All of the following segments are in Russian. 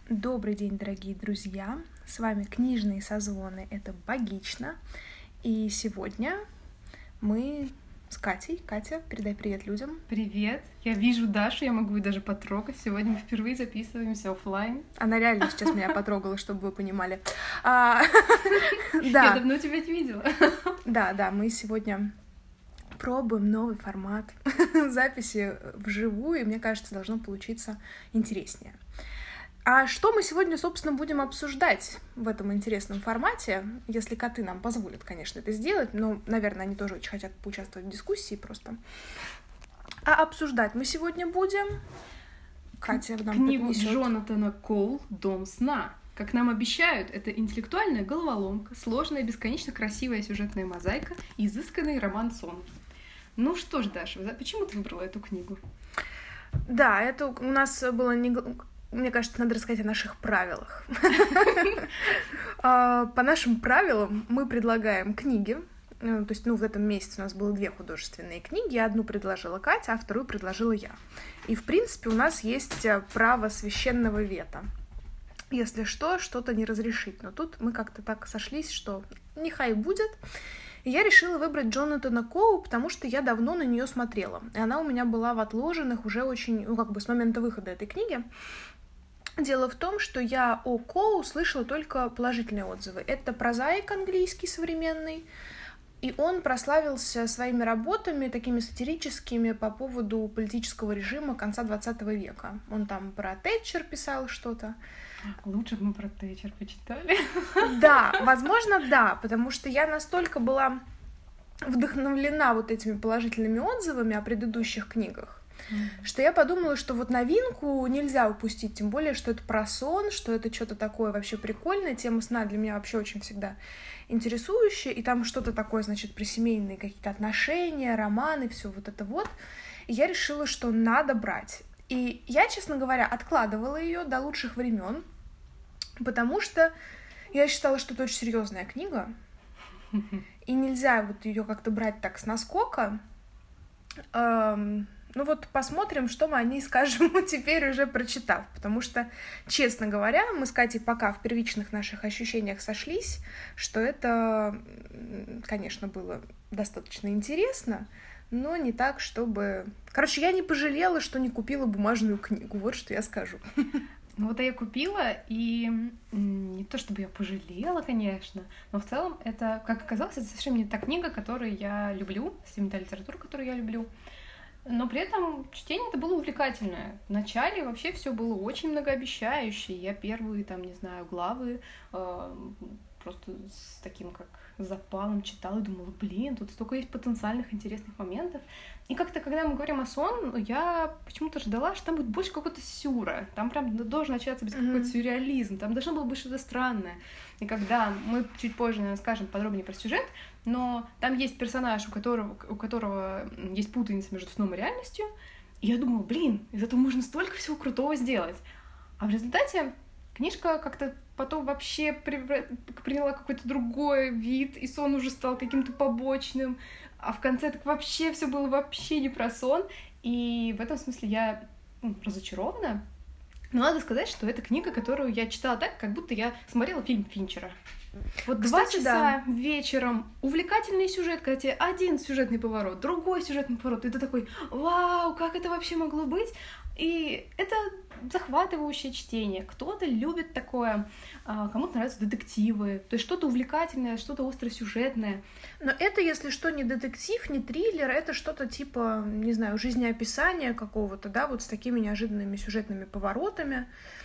Добрый день, дорогие друзья! С вами книжные созвоны, это Богично. И сегодня мы с Катей. Катя, передай привет людям. Привет! Я вижу Дашу, я могу ее даже потрогать. Сегодня мы впервые записываемся оффлайн. Она реально сейчас меня потрогала, чтобы вы понимали. Я давно тебя не видела. Да, мы сегодня пробуем новый формат записи вживую, и мне кажется, должно получиться интереснее. А что мы сегодня, собственно, будем обсуждать в этом интересном формате, если коты нам позволят, конечно, это сделать, но, наверное, они тоже очень хотят поучаствовать в дискуссии просто. А обсуждать мы сегодня будем... Катя нам книгу поднесёт. Джонатана Коул «Дом сна». Как нам обещают, это интеллектуальная головоломка, сложная, бесконечно красивая сюжетная мозаика, изысканный роман-сон. Ну что ж, Даша, почему ты выбрала эту книгу? Да, это у нас было не... Мне кажется, надо рассказать о наших правилах. По нашим правилам мы предлагаем книги. То есть, в этом месяце у нас было 2 художественные книги. Одну предложила Катя, а вторую предложила я. И, в принципе, у нас есть право священного вето. Если что-то не разрешить. Но тут мы как-то так сошлись, что нехай будет. И я решила выбрать Джонатана Коу, потому что я давно на нее смотрела. И она у меня была в отложенных уже очень, с момента выхода этой книги. Дело в том, что я о Коу слышала только положительные отзывы. Это прозаик английский современный, и он прославился своими работами, такими сатирическими по поводу политического режима конца 20 века. Он там про Тэтчер писал что-то. Лучше бы мы про Тэтчер почитали. Да, возможно, да, потому что я настолько была вдохновлена вот этими положительными отзывами о предыдущих книгах, что я подумала, что вот новинку нельзя упустить, тем более, что это про сон, что это что-то такое вообще прикольное. Тема сна для меня вообще очень всегда интересующая, и там что-то такое, значит, про семейные какие-то отношения, романы, все вот это вот. И я решила, что надо брать. И я, честно говоря, откладывала ее до лучших времен, потому что я считала, что это очень серьезная книга, и нельзя вот ее как-то брать так с наскока. Посмотрим, что мы о ней скажем теперь уже прочитав, потому что, честно говоря, мы с Катей пока в первичных наших ощущениях сошлись, что это, конечно, было достаточно интересно, но не так, чтобы... Короче, я не пожалела, что не купила бумажную книгу, вот что я скажу. А я купила, и не то чтобы я пожалела, конечно, но в целом это, как оказалось, это совершенно не та книга, которую я люблю, не та литература, которую я люблю. Но при этом чтение это было увлекательное. Вначале вообще все было очень многообещающе. Я первые, главы просто с таким как запалом читала и думала, тут столько есть потенциальных интересных моментов. И как-то, когда мы говорим о сон, я почему-то ждала, что там будет больше какого-то сюра. Там прям должен начаться какой-то сюрреализм, там должно было быть что-то странное. И когда мы чуть позже, наверное, скажем подробнее про сюжет, но там есть персонаж, у которого есть путаница между сном и реальностью, и я думала, из этого можно столько всего крутого сделать. А в результате книжка как-то потом вообще приняла какой-то другой вид, и сон уже стал каким-то побочным, а в конце так вообще все было вообще не про сон, и в этом смысле я разочарована. Но надо сказать, что это книга, которую я читала так, как будто я смотрела фильм Финчера. Вот 2 часа вечером, увлекательный сюжет, когда тебе один сюжетный поворот, другой сюжетный поворот, и ты такой, вау, как это вообще могло быть? И это захватывающее чтение. Кто-то любит такое, кому-то нравятся детективы, то есть что-то увлекательное, что-то остросюжетное. Но это, если что, не детектив, не триллер, это что-то типа, не знаю, жизнеописания какого-то, да, вот с такими неожиданными сюжетными поворотами.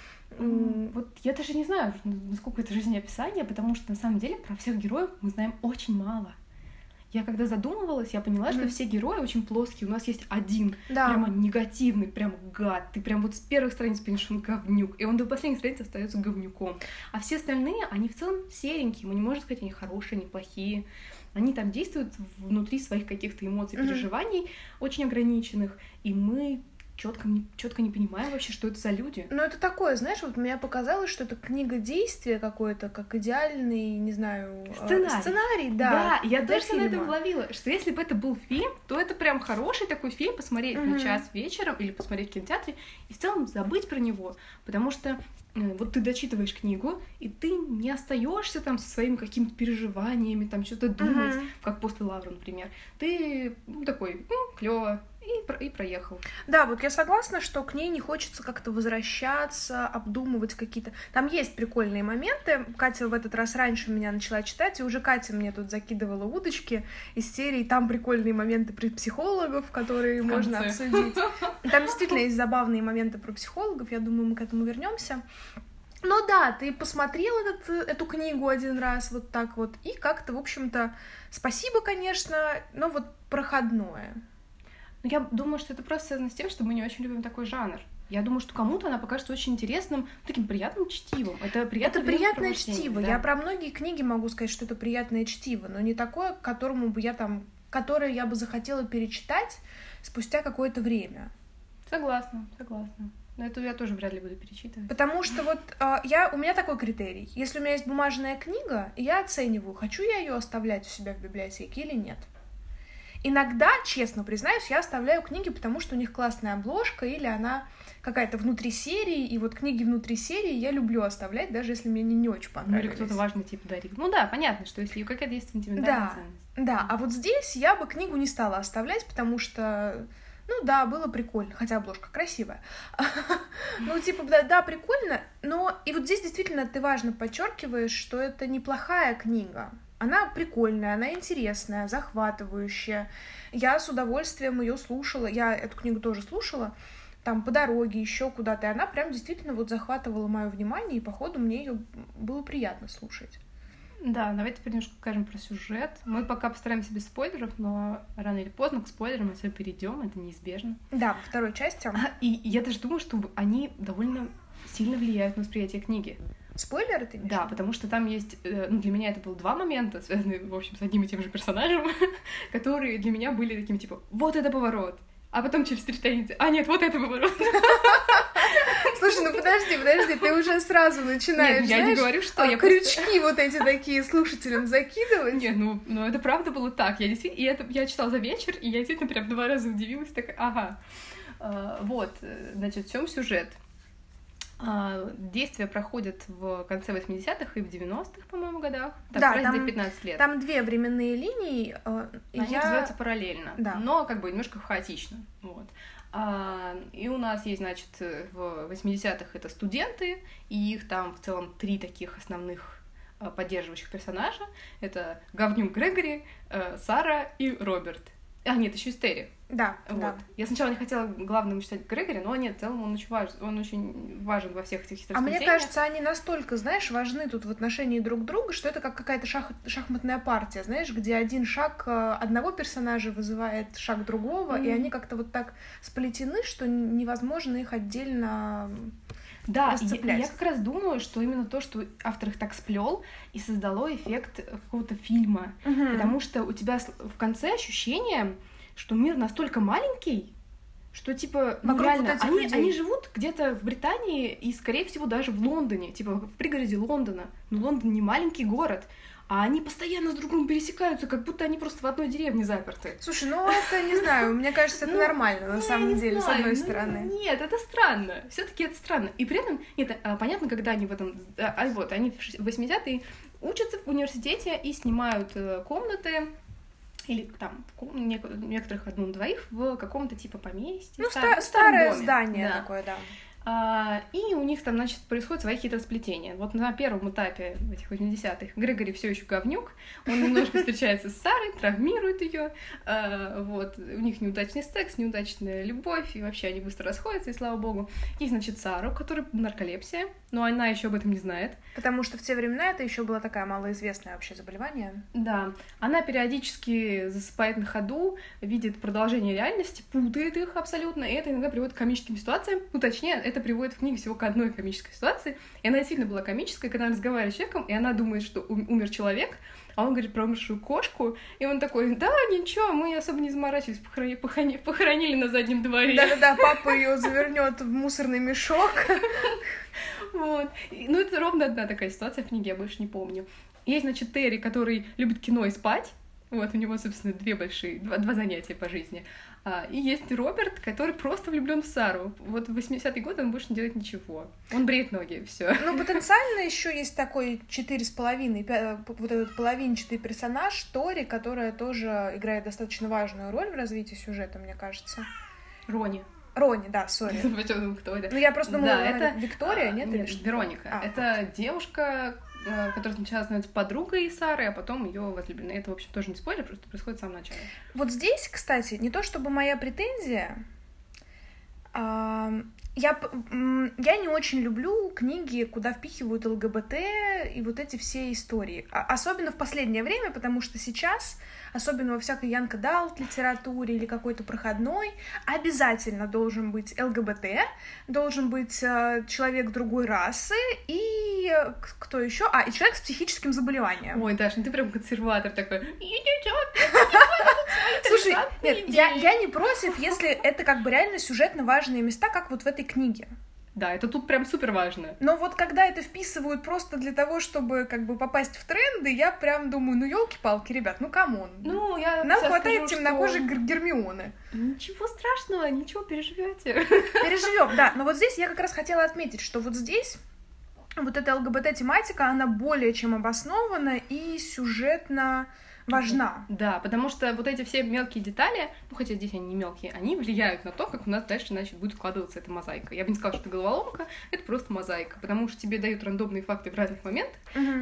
Вот я даже не знаю, насколько это жизнеописание, потому что на самом деле про всех героев мы знаем очень мало. Я когда задумывалась, я поняла, что все герои очень плоские. У нас есть один прямо негативный, прям гад. Ты прям вот с первых страниц понимаешь, что он говнюк. И он до последних страниц остается говнюком. А все остальные, они в целом серенькие. Мы не можем сказать, они хорошие, они плохие. Они там действуют внутри своих каких-то эмоций, переживаний очень ограниченных. И мы четко не понимаем вообще, что это за люди. Ну, это такое, знаешь, вот мне показалось, что это книга действия какое-то, как идеальный, не знаю... Сценарий, да. Да, я тоже на этом ловила, что если бы это был фильм, то это прям хороший такой фильм посмотреть на час вечером или посмотреть в кинотеатре и в целом забыть про него, потому что вот ты дочитываешь книгу, и ты не остаешься там со своими какими-то переживаниями, там что-то думать, как после Лавры, например. Ты такой, клево, и проехал. Да, вот я согласна, что к ней не хочется как-то возвращаться, обдумывать какие-то... Там есть прикольные моменты. Катя в этот раз раньше меня начала читать, и уже Катя мне тут закидывала удочки из серии. Там прикольные моменты про психологов, которые можно обсудить. Там действительно есть забавные моменты про психологов. Я думаю, мы к этому вернемся. Но да, ты посмотрел эту книгу один раз вот так вот, и как-то, в общем-то, спасибо, конечно, но вот проходное. Но я думаю, что это просто связано с тем, что мы не очень любим такой жанр. Я думаю, что кому-то она покажется очень интересным, таким приятным чтивом. Это приятное чтиво. Да. Я про многие книги могу сказать, что это приятное чтиво, но не такое, которое я бы захотела перечитать спустя какое-то время. Согласна. Но это я тоже вряд ли буду перечитывать. Потому что вот у меня такой критерий. Если у меня есть бумажная книга, я оцениваю, хочу я ее оставлять у себя в библиотеке или нет. Иногда, честно признаюсь, я оставляю книги, потому что у них классная обложка, или она какая-то внутри серии, и вот книги внутри серии я люблю оставлять, даже если мне они не очень понравились. Ну, или кто-то важный типа дарит. Ну да, понятно, что если какая-то есть сентиментальная ценность. Да, а вот здесь я бы книгу не стала оставлять, потому что, ну да, было прикольно, хотя обложка красивая. Ну, типа, да, прикольно, но и вот здесь действительно ты важно подчеркиваешь, что это неплохая книга. Она прикольная, она интересная, захватывающая. Я с удовольствием ее слушала. Я эту книгу тоже слушала, там, по дороге, еще куда-то. И она прям действительно вот захватывала мое внимание, и, походу, мне ее было приятно слушать. Да, давайте теперь немножко скажем про сюжет. Мы пока постараемся без спойлеров, но рано или поздно к спойлерам мы все перейдем, это неизбежно. Да, во второй части. И я даже думаю, что они довольно сильно влияют на восприятие книги. Спойлеры ты имеешь? Да, потому что там есть... Ну, для меня это было 2 момента, связанные, в общем, с одним и тем же персонажем, которые для меня были такими, типа, вот это поворот, а потом через 3 страницы, а нет, вот это поворот. Слушай, ну подожди, ты уже сразу начинаешь, нет, я не говорю, что я крючки вот эти такие слушателям закидывать. Нет, ну это правда было так. Я читала за вечер, и я действительно прям 2 раза удивилась, такая, ага. Вот, значит, в чем сюжет? Действия проходят в конце 80-х и в 90-х, по-моему, годах. Так, да, там 15 лет. Там 2 временные линии. Они развиваются параллельно, да. Но как бы немножко хаотично. Вот. И у нас есть, значит, в 80-х это студенты, и их там в целом 3 таких основных поддерживающих персонажа. Это говнюк Грегори, Сара и Роберт. Нет, еще и Терри. Да, вот. Да. Я сначала не хотела главным считать Грегори, но нет, в целом он очень важен во всех этих хитросплетениях. А мне кажется, они настолько, знаешь, важны тут в отношении друг друга, что это как какая-то шахматная партия, знаешь, где один шаг одного персонажа вызывает шаг другого, и они как-то вот так сплетены, что невозможно их отдельно расцеплять. Я как раз думаю, что именно то, что автор их так сплел, и создало эффект какого-то фильма, потому что у тебя в конце ощущение, что мир настолько маленький, что, типа, ну, реально, вот они живут где-то в Британии и, скорее всего, даже в Лондоне, типа, в пригороде Лондона. Но Лондон не маленький город, а они постоянно с друг другом пересекаются, как будто они просто в одной деревне заперты. Слушай, ну это, не знаю, мне кажется, это нормально, на самом деле, с одной стороны. Нет, это странно, все-таки это странно. И при этом, нет, понятно, когда они в этом... Вот, они в 80-е учатся в университете и снимают комнаты, или там некоторых 1-2 в каком-то типа поместье. Ну, старое доме. здание такое, да. И у них там, значит, происходят свои хитросплетения. Вот на первом этапе в этих 80-х Грегори все еще говнюк, он немножко встречается с Сарой, травмирует ее, вот, у них неудачный секс, неудачная любовь, и вообще они быстро расходятся, и слава богу. Есть, значит, Сара, у которой нарколепсия, но она еще об этом не знает. Потому что в те времена это еще было такое малоизвестное вообще заболевание. Да, она периодически засыпает на ходу, видит продолжение реальности, путает их абсолютно, и это иногда приводит к комическим ситуациям. Ну, точнее, это приводит в книге всего к одной комической ситуации. И она действительно была комической, когда она разговаривает с человеком, и она думает, что умер человек, а он говорит про умершую кошку, и он такой: да, ничего, мы особо не заморачивались, похоронили на заднем дворе. Да-да-да, папа ее завернет в мусорный мешок. Вот. Ну, это ровно одна такая ситуация в книге, я больше не помню. Есть, значит, Терри, который любит кино и спать. Вот, у него, собственно, два занятия по жизни. И есть Роберт, который просто влюблен в Сару. Вот в 80-е годы он больше не делает ничего. Он бреет ноги, все. Ну, потенциально еще есть такой 4,5, вот этот половинчатый персонаж Тори, которая тоже играет достаточно важную роль в развитии сюжета, мне кажется. Рони, да, сори. Кто это? Ну, я просто думала, да, это Виктория, нет? Нет, Вероника. Это девушка, которая сначала становится подругой Сары, а потом ее возлюбленной. Это, в общем, тоже не спойлер, просто происходит в самом начале. Вот здесь, кстати, не то чтобы моя претензия, я не очень люблю книги, куда впихивают ЛГБТ и вот эти все истории. Особенно в последнее время, потому что сейчас, особенно во всякой Янг Адалт литературе или какой-то проходной, обязательно должен быть ЛГБТ, должен быть человек другой расы и кто еще? И человек с психическим заболеванием. Ой, Даша, ну ты прям консерватор такой. Слушай, нет, я не против, если это как бы реально сюжетно важные места, как вот в этой книге. Да, это тут прям супер важно. Но вот когда это вписывают просто для того, чтобы как бы попасть в тренды, я прям думаю, ну елки-палки, ребят, ну камон. Ну, я нам хватает скажу, темнокожей Гермионы. Ничего страшного, ничего, переживете. Переживем, да. Но вот здесь я как раз хотела отметить, что вот здесь вот эта ЛГБТ-тематика, она более чем обоснована и сюжетно важна. Да, потому что вот эти все мелкие детали, ну хотя здесь они не мелкие, они влияют на то, как у нас дальше, значит, будет складываться эта мозаика. Я бы не сказала, что это головоломка, это просто мозаика, потому что тебе дают рандомные факты в разных моментах,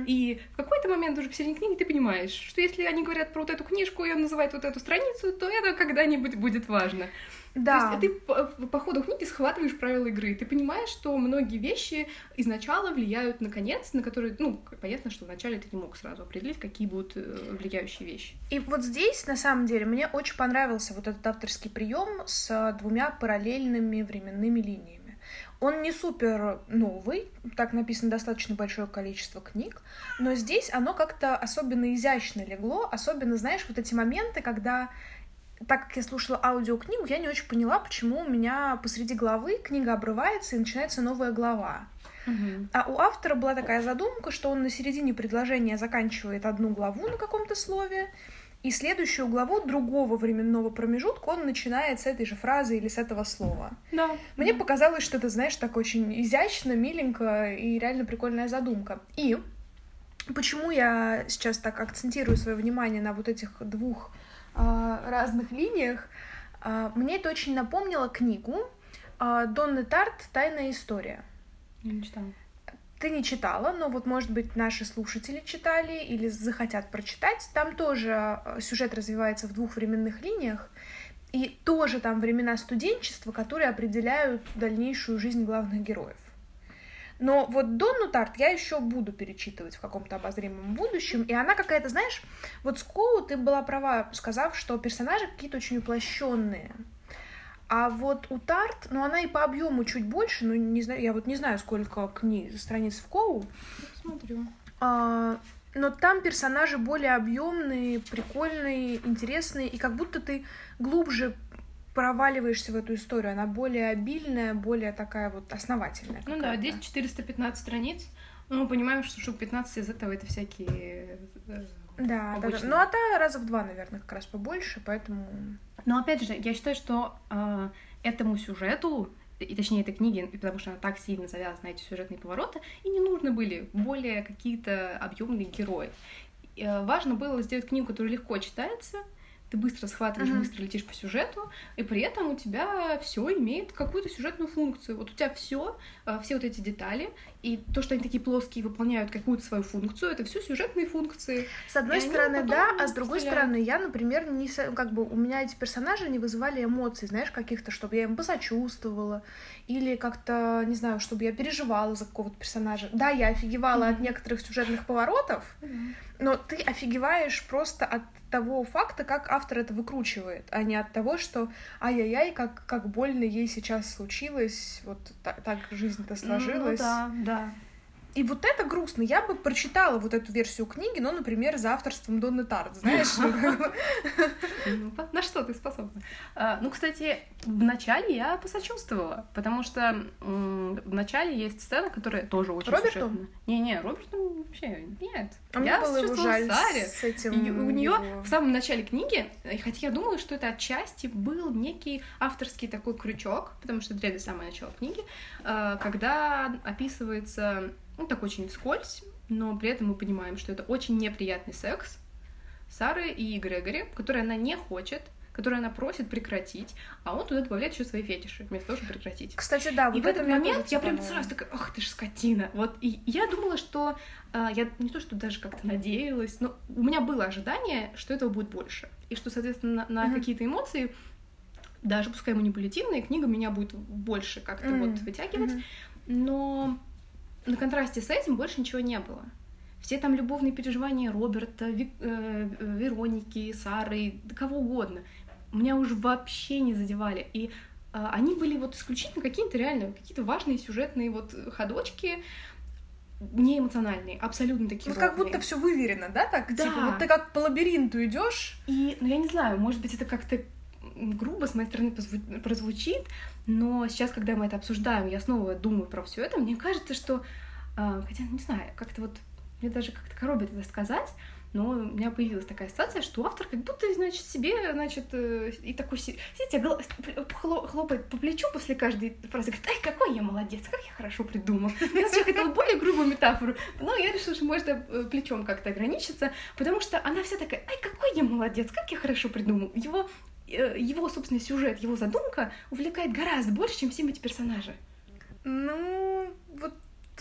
и в какой-то момент уже в середине книги ты понимаешь, что если они говорят про вот эту книжку, и он называет вот эту страницу, то это когда-нибудь будет важно. Да. То есть ты по ходу книги схватываешь правила игры, ты понимаешь, что многие вещи изначально влияют на конец, на который, ну, понятно, что вначале ты не мог сразу определить, какие будут влияющие вещи. И вот здесь, на самом деле, мне очень понравился вот этот авторский прием с двумя параллельными временными линиями. Он не супер новый, так написано достаточно большое количество книг, но здесь оно как-то особенно изящно легло, особенно, знаешь, вот эти моменты, когда... Так как я слушала аудиокнигу, я не очень поняла, почему у меня посреди главы книга обрывается и начинается новая глава. А у автора была такая задумка, что он на середине предложения заканчивает одну главу на каком-то слове, и следующую главу другого временного промежутка он начинает с этой же фразы или с этого слова. Да. Мне показалось, что это, знаешь, так очень изящно, миленько и реально прикольная задумка. И почему я сейчас так акцентирую свое внимание на вот этих двух разных линиях, мне это очень напомнило книгу Донны Тарт «Тайная история». Я не читала. Ты не читала, но вот, может быть, наши слушатели читали или захотят прочитать. Там тоже сюжет развивается в двух временных линиях, и тоже там времена студенчества, которые определяют дальнейшую жизнь главных героев. Но вот Донну Тарт я еще буду перечитывать в каком-то обозримом будущем, и она какая-то, знаешь, вот с Коу ты была права, сказав, что персонажи какие-то очень уплощенные. А вот у Тарт, ну она и по объему чуть больше, ну не знаю, я вот не знаю, сколько страниц в Коу. Смотрю. Но там персонажи более объемные, прикольные, интересные, и как будто ты глубже проваливаешься в эту историю, она более обильная, более такая вот основательная. Ну да, здесь 415 страниц, но мы понимаем, что штук 15 из этого это всякие да. Ну а та раза в 2, наверное, как раз побольше, поэтому... Но опять же, я считаю, что этому сюжету, и точнее этой книге, потому что она так сильно завязана на эти сюжетные повороты, и не нужны были более какие-то объемные герои. Важно было сделать книгу, которая легко читается, ты быстро схватываешь, быстро летишь по сюжету, и при этом у тебя все имеет какую-то сюжетную функцию. Вот у тебя все вот эти детали, и то, что они такие плоские, выполняют какую-то свою функцию, это все сюжетные функции. С одной стороны, да, а с другой стороны, я, например, как бы у меня эти персонажи не вызывали эмоций, знаешь, каких-то, чтобы я им посочувствовала, или как-то, не знаю, чтобы я переживала за какого-то персонажа. Да, я офигевала от некоторых сюжетных поворотов, Но ты офигеваешь просто от того факта, как автор это выкручивает, а не от того, что ай-яй-яй, как больно ей сейчас случилось, вот так жизнь-то сложилась. Ну да. И вот это грустно. Я бы прочитала вот эту версию книги, но, например, за авторством Донны Тарт, знаешь? На что ты способна? Ну, кстати, вначале я посочувствовала, потому что вначале есть сцена, которая тоже очень сюжетная. Не, Роберту вообще нет. А мне было его жаль Саре. С этим у нее в самом начале книги, хотя я думала, что это отчасти был некий авторский такой крючок, потому что это реально самое начало книги, когда описывается, ну, так очень вскользь, но при этом мы понимаем, что это очень неприятный секс Сары и Грегори, который она не хочет, который она просит прекратить, а он туда добавляет еще свои фетиши, вместо того, чтобы прекратить. Кстати, да, вот и в этот момент я прям сразу такая, ах ты ж скотина. Вот, и я думала, что я не то, что даже как-то надеялась, но у меня было ожидание, что этого будет больше, и что, соответственно, на какие-то эмоции, даже пускай манипулятивные, книга меня будет больше как-то вот вытягивать, но на контрасте с этим больше ничего не было. Все там любовные переживания Роберта, Вероники, Сары, кого угодно, меня уже вообще не задевали. И они были вот исключительно какие-то реально, какие-то важные сюжетные вот ходочки, не эмоциональные, абсолютно такие ровные. Как будто все выверено, да, так? Да. Типа вот ты как по лабиринту идешь. И, ну я не знаю, может быть, это как-то грубо с моей стороны прозвучит, но сейчас, когда мы это обсуждаем, я снова думаю про все это, мне кажется, что, хотя, не знаю, как-то вот, мне даже как-то коробит это сказать, но у меня появилась такая ассоциация, что автор как будто, значит, себе, значит, и такой сидит, хлопает по плечу после каждой фразы, говорит, ай, какой я молодец, как я хорошо придумал. Я сначала хотела более грубую метафору, но я решила, что можно плечом как-то ограничиться, потому что она вся такая, ай, какой я молодец, как я хорошо придумал. Его собственный сюжет, его задумка увлекает гораздо больше, чем все эти персонажи. Ну, вот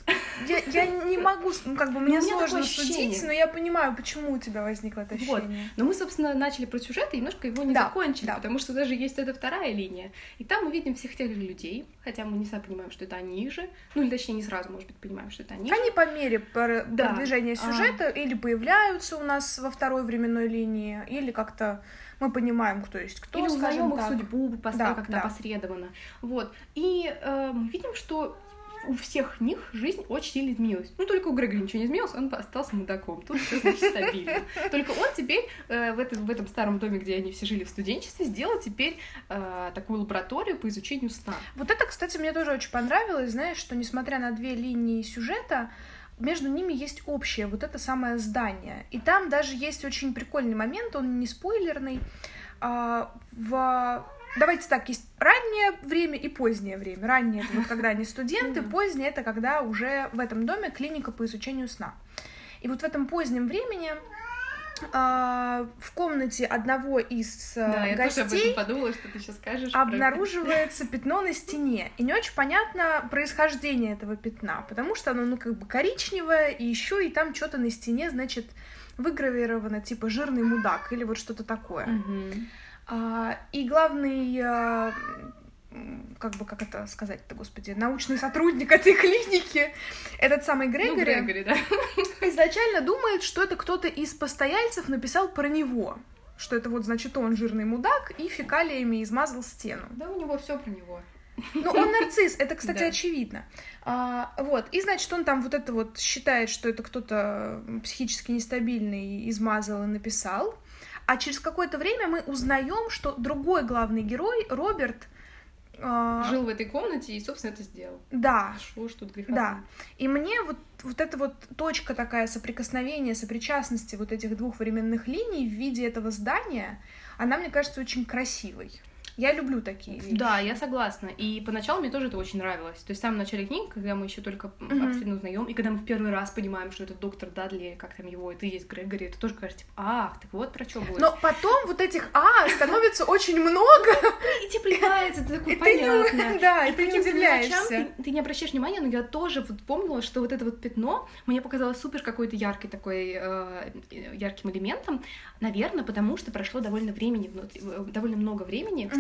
я не могу, ну, как бы мне сложно судить, но я понимаю, почему у тебя возникло это ощущение. Вот. Но мы, собственно, начали про сюжет и немножко его не закончили, потому что даже есть эта вторая линия. И там мы видим всех тех же людей, хотя мы не сразу понимаем, что это они же, ну или точнее не сразу, может быть, понимаем, что это они же. Они по мере продвижения сюжета или появляются у нас во второй временной линии, или как-то мы понимаем, кто есть кто, или узнаем их так. Судьбу как-то опосредованно. Вот. И мы видим, что у всех них жизнь очень сильно изменилась. Ну, только у Грегори ничего не изменилось, он остался мудаком. Тут все, значит, стабильно. Только он теперь в этом старом доме, где они все жили в студенчестве, сделал теперь такую лабораторию по изучению сна. Вот это, кстати, мне тоже очень понравилось, знаешь, что несмотря на две линии сюжета, между ними есть общее, вот это самое здание. И там даже есть очень прикольный момент, он не спойлерный, Давайте так, есть раннее время и позднее время. Раннее — это вот когда они студенты, позднее — это когда уже в этом доме клиника по изучению сна. И вот в этом позднем времени в комнате одного из я тоже об гостей этом подумала, что ты сейчас скажешь. Обнаруживается пятно на стене. И не очень понятно происхождение этого пятна, потому что оно, как бы коричневое, и еще и там что-то на стене, значит, выгравировано, типа «жирный мудак» или вот что-то такое. И главный, как это сказать-то, господи, научный сотрудник этой клиники, этот самый Грегори, да. изначально думает, что это кто-то из постояльцев написал про него, что это вот, значит, он жирный мудак и фекалиями измазал стену. Да, у него все про него. Ну, он нарцисс, это, кстати, очевидно. Вот, и, значит, он там вот это вот считает, что это кто-то психически нестабильный измазал и написал. А через какое-то время мы узнаем, что другой главный герой, Роберт, жил в этой комнате и, собственно, это сделал. Да. Что ж тут греха. Да. И мне вот эта вот точка такая соприкосновения, сопричастности вот этих двух временных линий в виде этого здания, она, мне кажется, очень красивой. Я люблю такие вещи. Да, я согласна. И поначалу мне тоже это очень нравилось. То есть в самом начале книги, когда мы еще только абсолютно узнаем, и когда мы в первый раз понимаем, что это доктор Дадли, как там его, это и есть Грегори, это тоже кажется, типа, ах, так вот про что будет. Но потом вот этих становится очень много. И тебе плевается, это такое понятно. Да, и ты не удивляешься. Ты не обращаешь внимания, но я тоже вот помнила, что вот это вот пятно мне показалось супер какой-то яркий такой, ярким элементом, наверное, потому что прошло довольно много времени в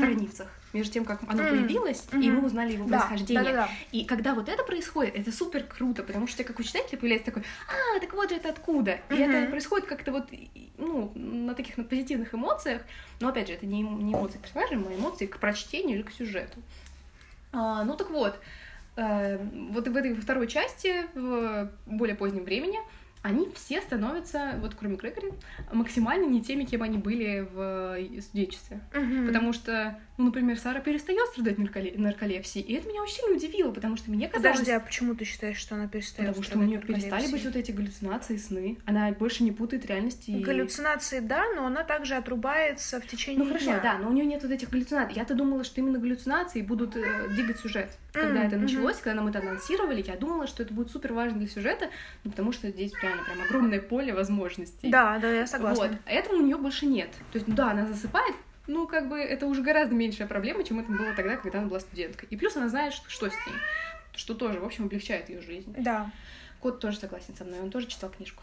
границах между тем, как оно появилось, и мы узнали его происхождение. И когда вот это происходит, это супер круто, потому что у тебя как у читателя появляется такой, так вот же это откуда. И это происходит как-то вот, ну, на таких на позитивных эмоциях, но опять же, это не эмоции к персонажам, а эмоции к прочтению или к сюжету. Ну так вот, вот в этой второй части, в более позднем времени, они все становятся, вот кроме Грегори, максимально не теми, кем они были в студенчестве. Потому что, ну, например, Сара перестает страдать нарколепсией, и это меня очень сильно удивило, потому что мне казалось... Подожди, а почему ты считаешь, что она перестает Потому что у нее перестали быть вот эти галлюцинации, сны. Она больше не путает реальности. Галлюцинации, да, но она также отрубается в течение дня. Ну хорошо, да, но у нее нет вот этих галлюцинаций. Я-то думала, что именно галлюцинации будут двигать сюжет. Когда это началось, когда нам это анонсировали, я думала, что это будет супер важно для сюжета, ну, потому что здесь реально прям огромное поле возможностей. Да, я согласна. Вот. А этого у нее больше нет. То есть, да, она засыпает, ну, как бы это уже гораздо меньшая проблема, чем это было тогда, когда она была студенткой. И плюс она знает, что с ней, что тоже, в общем, облегчает ее жизнь. Да. Кот тоже согласен со мной, он тоже читал книжку.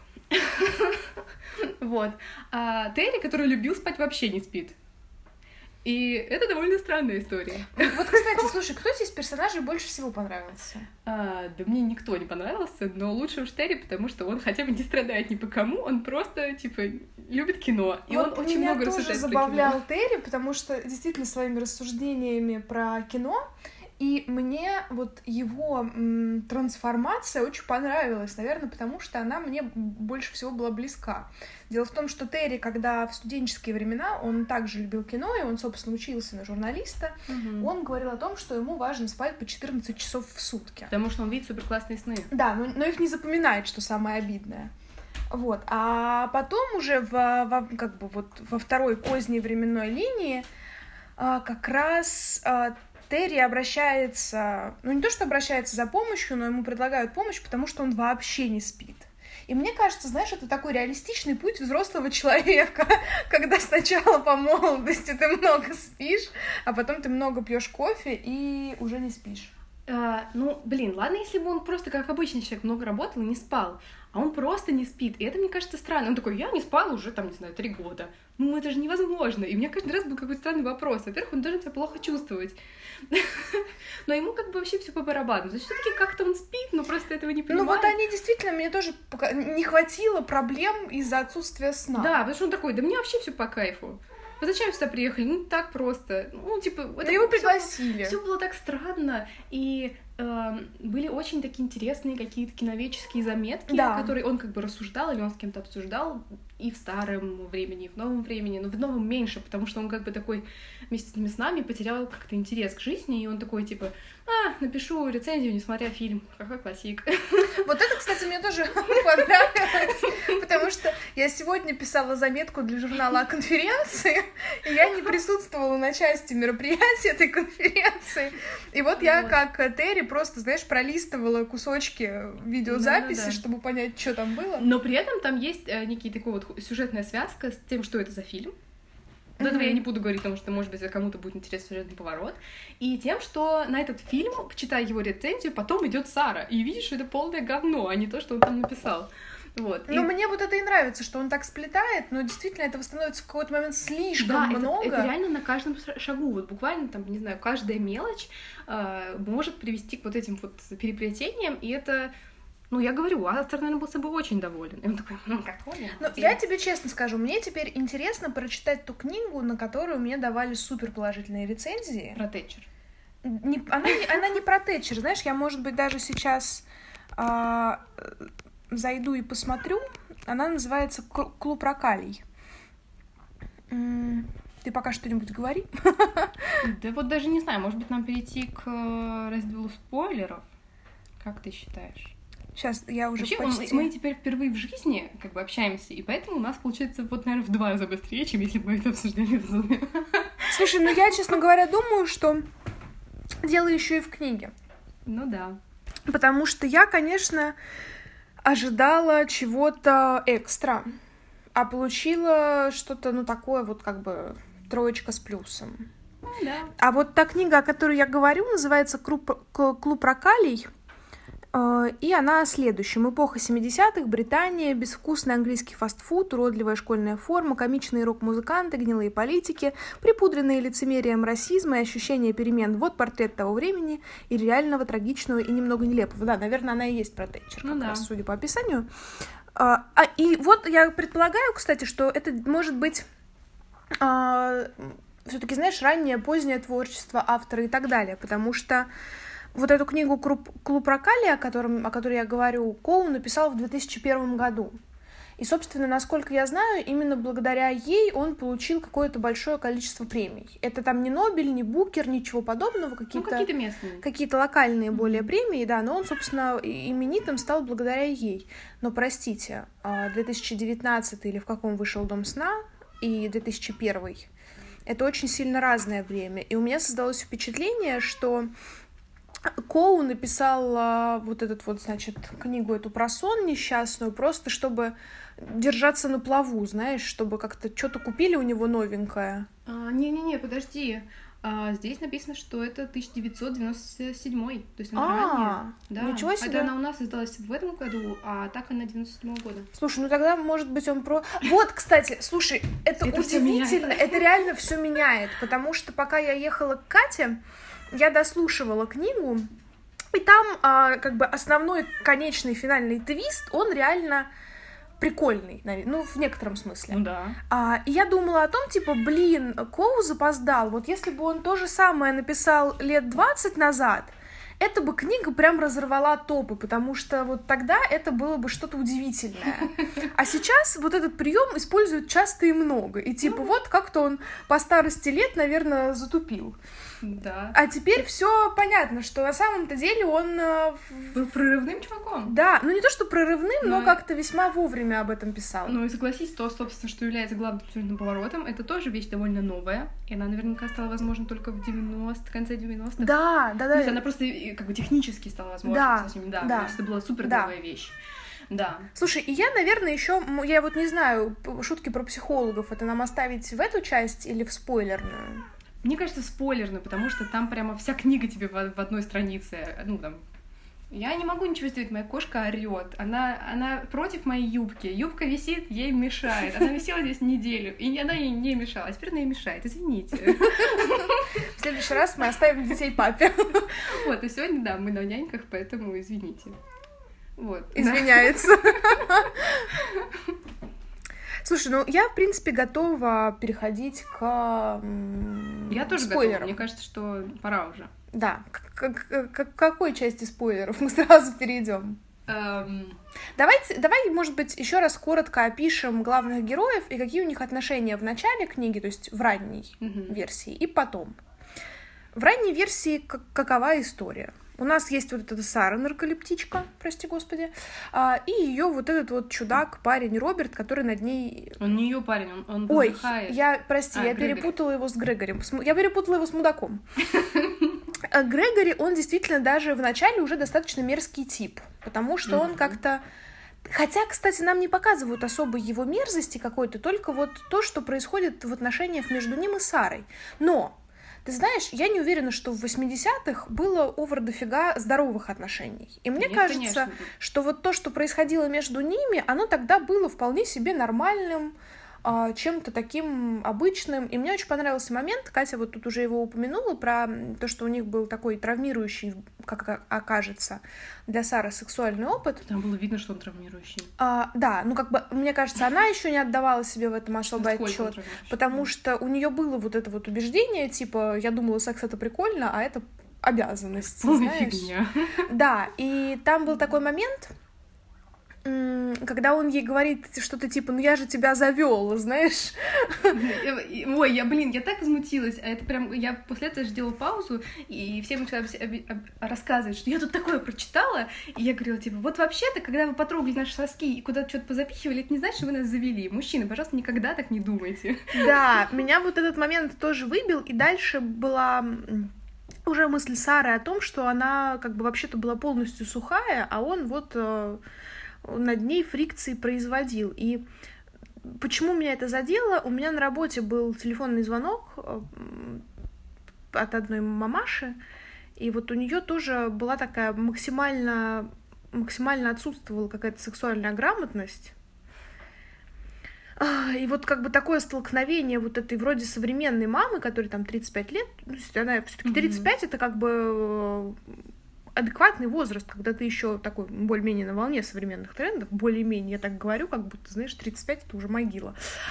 Вот. А Терри, который любил спать, вообще не спит. И это довольно странная история. Вот, кстати, слушай, кто тебе из персонажей больше всего понравился? Да мне никто не понравился, но лучше уж Терри, потому что он хотя бы не страдает ни по кому, он просто, типа, любит кино. И вот он очень много рассуждает про кино. Меня тоже забавлял Терри, потому что действительно своими рассуждениями про кино, и мне вот его трансформация очень понравилась, наверное, потому что она мне больше всего была близка. Дело в том, что Терри, когда в студенческие времена, он также любил кино, и он, собственно, учился на журналиста, он говорил о том, что ему важно спать по 14 часов в сутки. Потому что он видит суперклассные сны. Да, но их не запоминает, что самое обидное. Вот. А потом уже во второй поздней временной линии как раз... Терри обращается, ну не то, что обращается за помощью, но ему предлагают помощь, потому что он вообще не спит. И мне кажется, знаешь, это такой реалистичный путь взрослого человека, когда сначала по молодости ты много спишь, а потом ты много пьешь кофе и уже не спишь. Ну, блин, ладно, если бы он просто, как обычный человек, много работал и не спал, а он просто не спит, и это, мне кажется, странно. Он такой, я не спал уже, там, не знаю, 3 года. Ну, это же невозможно. И у меня каждый раз был какой-то странный вопрос. Во-первых, он должен себя плохо чувствовать. Но ему как бы вообще все по барабану. Значит, все-таки как-то он спит, но просто этого не понимает. Ну, вот они действительно, мне тоже не хватило проблем из-за отсутствия сна. Да, потому что он такой, да мне вообще все по кайфу. Вы зачем сюда приехали? Ну, так просто. Ну, типа... Да его пригласили. Все было так странно. И были очень такие интересные какие-то киноведческие заметки, которые он как бы рассуждал, или он с кем-то обсуждал и в старом времени, и в новом времени, но в новом меньше, потому что он как бы такой вместе с этими снами потерял как-то интерес к жизни, и он такой, типа, напишу рецензию, не смотря фильм. Какой классик. Вот это, кстати, мне тоже понравилось, потому что я сегодня писала заметку для журнала о конференции, и я не присутствовала на части мероприятия этой конференции. И вот я, как Терри, просто, знаешь, пролистывала кусочки видеозаписи, чтобы понять, что там было. Но при этом там есть некий такой вот сюжетная связка с тем, что это за фильм. До этого я не буду говорить, потому что, может быть, кому-то будет интересен сюжетный поворот. И тем, что на этот фильм, читая его рецензию, потом идет Сара. И видишь, что это полное говно, а не то, что он там написал. Вот. Но мне вот это и нравится, что он так сплетает, но действительно этого становится в какой-то момент слишком много. Это реально на каждом шагу. Вот буквально там, не знаю, каждая мелочь может привести к вот этим вот переплетениям, и это... Ну, я говорю, автор, наверное, был собой очень доволен. И он такой, какой? Ну, я тебе честно скажу, мне теперь интересно прочитать ту книгу, на которую мне давали супер положительные рецензии. Про Тэтчер. Она не про Тэтчер, знаешь, я, может быть, даже сейчас зайду и посмотрю. Она называется «Клуб Рокалий». Ты пока что-нибудь говори. Да вот даже не знаю, может быть, нам перейти к разделу спойлеров? Как ты считаешь? Сейчас я уже вообще, почти... мы теперь впервые в жизни как бы общаемся, и поэтому у нас получается вот, наверное, в 2 раза быстрее, чем если бы мы это обсуждали в зуме. Слушай, ну я, честно говоря, думаю, что дело еще и в книге. Ну да. Потому что я, конечно, ожидала чего-то экстра, а получила что-то, ну, такое вот как бы 3 с плюсом. Да. А вот та книга, о которой я говорю, называется «Клуб Рокалий». И она о следующем. Эпоха 70-х, Британия, безвкусный английский фастфуд, уродливая школьная форма, комичные рок-музыканты, гнилые политики, припудренные лицемерием расизма и ощущение перемен. Вот портрет того времени и реального, трагичного и немного нелепого. Да, наверное, она и есть про Тэтчер, как раз, судя по описанию. И вот я предполагаю, кстати, что это может быть все-таки, знаешь, раннее, позднее творчество автора и так далее, потому что вот эту книгу «Клуб Роккаля», о которой я говорю, Коун написал в 2001 году. И, собственно, насколько я знаю, именно благодаря ей он получил какое-то большое количество премий. Это там не Нобель, не Букер, ничего подобного, какие-то местные. Какие-то локальные более премии, да, но он, собственно, именитым стал благодаря ей. Но, простите, 2019 или в каком вышел «Дом сна» и 2001 — это очень сильно разное время. И у меня создалось впечатление, что Коу написал вот этот вот, значит, книгу эту про сон несчастную, просто чтобы держаться на плаву, знаешь, чтобы как-то что-то купили у него новенькое. Не-не-не, подожди. Здесь написано, что это 1997, то есть она ранее. Да. Ничего себе. Это она у нас издалась в этом году, а так она 97-го года. Слушай, ну тогда, может быть, он про... Вот, кстати, слушай, это удивительно, это реально все меняет, потому что пока я ехала к Кате, я дослушивала книгу, и там как бы основной, конечный, финальный твист, он реально прикольный, ну, в некотором смысле. Ну да. И я думала о том, типа, блин, Коу запоздал, вот если бы он то же самое написал лет 20 назад, эта бы книга прям разорвала топы, потому что вот тогда это было бы что-то удивительное. А сейчас вот этот прием используют часто и много. И типа вот как-то он по старости лет, наверное, затупил. Да. А теперь все понятно, что на самом-то деле он... Был прорывным чуваком. Да, ну не то, что прорывным, но как-то весьма вовремя об этом писал. Ну и согласись, то, собственно, что является главным сюжетным поворотом, это тоже вещь довольно новая, и она наверняка стала возможна только в конце 90-х. Да. То есть она просто как бы технически стала возможна совсем недавно. Да. То есть это была супер новая вещь. Да. Слушай, и я, наверное, еще, я вот не знаю, шутки про психологов, это нам оставить в эту часть или в спойлерную? Мне кажется, спойлерную, потому что там прямо вся книга тебе в одной странице, ну, там... Я не могу ничего сделать, моя кошка орёт. Она против моей юбки. Юбка висит, ей мешает. Она висела здесь неделю, и она ей не мешала. А теперь она ей мешает, извините. В следующий раз мы оставим детей папе. Вот, и сегодня, да, мы на няньках, поэтому извините. Вот. Извиняется. Слушай, ну я, в принципе, готова переходить к Я тоже спойлерам. готова. Мне кажется, что пора уже. Да. К какой части спойлеров мы сразу перейдем? Давай, может быть, еще раз коротко опишем главных героев и какие у них отношения в начале книги, то есть в ранней версии, и потом. В ранней версии какова история? У нас есть вот эта Сара, нарколептичка, прости господи, и ее вот этот вот чудак, парень Роберт, который над ней... Он не ее парень, он вздыхает. Я перепутала его с Грегорем. Я перепутала его с мудаком. Грегори, он действительно даже в начале уже достаточно мерзкий тип, потому что он как-то... Хотя, кстати, нам не показывают особо его мерзости какой-то, только вот то, что происходит в отношениях между ним и Сарой. Но... Ты знаешь, я не уверена, что в 80-х было дофига здоровых отношений. И мне кажется, конечно, что вот то, что происходило между ними, оно тогда было вполне себе нормальным, чем-то таким обычным. И мне очень понравился момент, Катя вот тут уже его упомянула, про то, что у них был такой травмирующий, как окажется, для Сары сексуальный опыт. Там было видно, что он травмирующий. Да, ну как бы, мне кажется, она еще не отдавала себе в этом особый отчет, потому что у нее было вот это вот убеждение, типа, я думала, секс это прикольно, а это обязанность, знаешь? Фигня. Да, и там был такой момент, когда он ей говорит что-то типа, ну я же тебя завёл, знаешь. Ой, я так возмутилась, а это прям, я после этого сделала паузу, и всем начала рассказывать, что я тут такое прочитала, и я говорила, типа, вот вообще-то, когда вы потрогали наши соски и куда-то что-то позапихивали, это не значит, что вы нас завели. Мужчины, пожалуйста, никогда так не думайте. Да, меня вот этот момент тоже выбил, и дальше была... уже мысль Сары о том, что она как бы вообще-то была полностью сухая, а он вот... над ней фрикции производил. И почему меня это задело? У меня на работе был телефонный звонок от одной мамаши, И вот у нее тоже была такая максимально отсутствовала какая-то сексуальная грамотность. И вот как бы такое столкновение вот этой вроде современной мамы, которой там 35 лет, ну, она все-таки 35, это как бы адекватный возраст, когда ты еще такой более-менее на волне современных трендов, более-менее, я так говорю, как будто, знаешь, 35 это уже могила.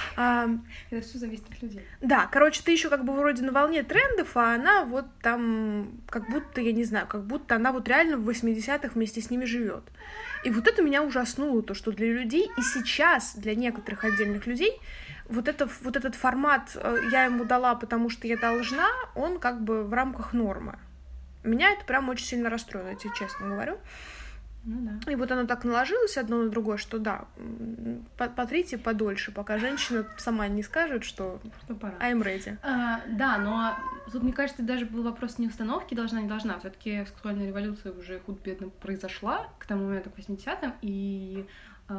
Это все зависит от людей. Да, короче, ты еще как бы вроде на волне трендов, а она вот там, как будто, я не знаю, как будто она вот реально в 80-х вместе с ними живет. И вот это меня ужаснуло, то, что для людей, и сейчас для некоторых отдельных людей, вот этот формат «я ему дала, потому что я должна», он как бы в рамках нормы. Меня это прям очень сильно расстроило, я тебе честно говорю. Ну да. И вот оно так наложилось одно на другое, что да, потрите подольше, пока женщина сама не скажет, что пора. I'm ready. Да, но тут, мне кажется, даже был вопрос не установки, должна, не должна. Все-таки сексуальная революция уже худ-бедно произошла к тому моменту, к 80-м, и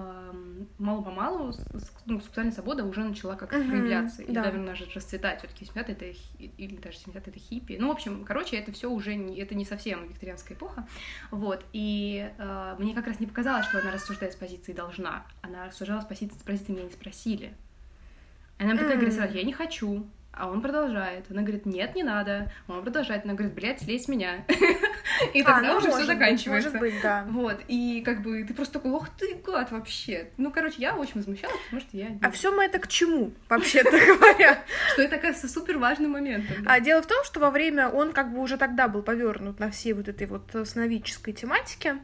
мало-помалу сексуальная свобода уже начала как-то проявляться и даже расцветать. Все-таки 80-е это или даже 70-е это хиппи. Ну, в общем, короче, это все уже это не совсем викторианская эпоха. Вот. И мне как раз не показалось, что она рассуждает с позиции «должна». Она рассуждала с позиции «меня не спросили». Она такая говорит сразу: «Я не хочу». А он продолжает. Она говорит: «Нет, не надо». Он продолжает. Она говорит: «Блядь, слезь с меня». И тогда уже все заканчивается. Может быть, да. Вот. И как бы ты просто такой: ох ты, гад, вообще. Ну, короче, я очень возмущалась, потому что я... А все мы это к чему, вообще-то говоря? Что это, оказывается, супер важным моментом. А дело в том, что во время он как бы уже тогда был повернут на всей вот этой вот сновидческой тематике.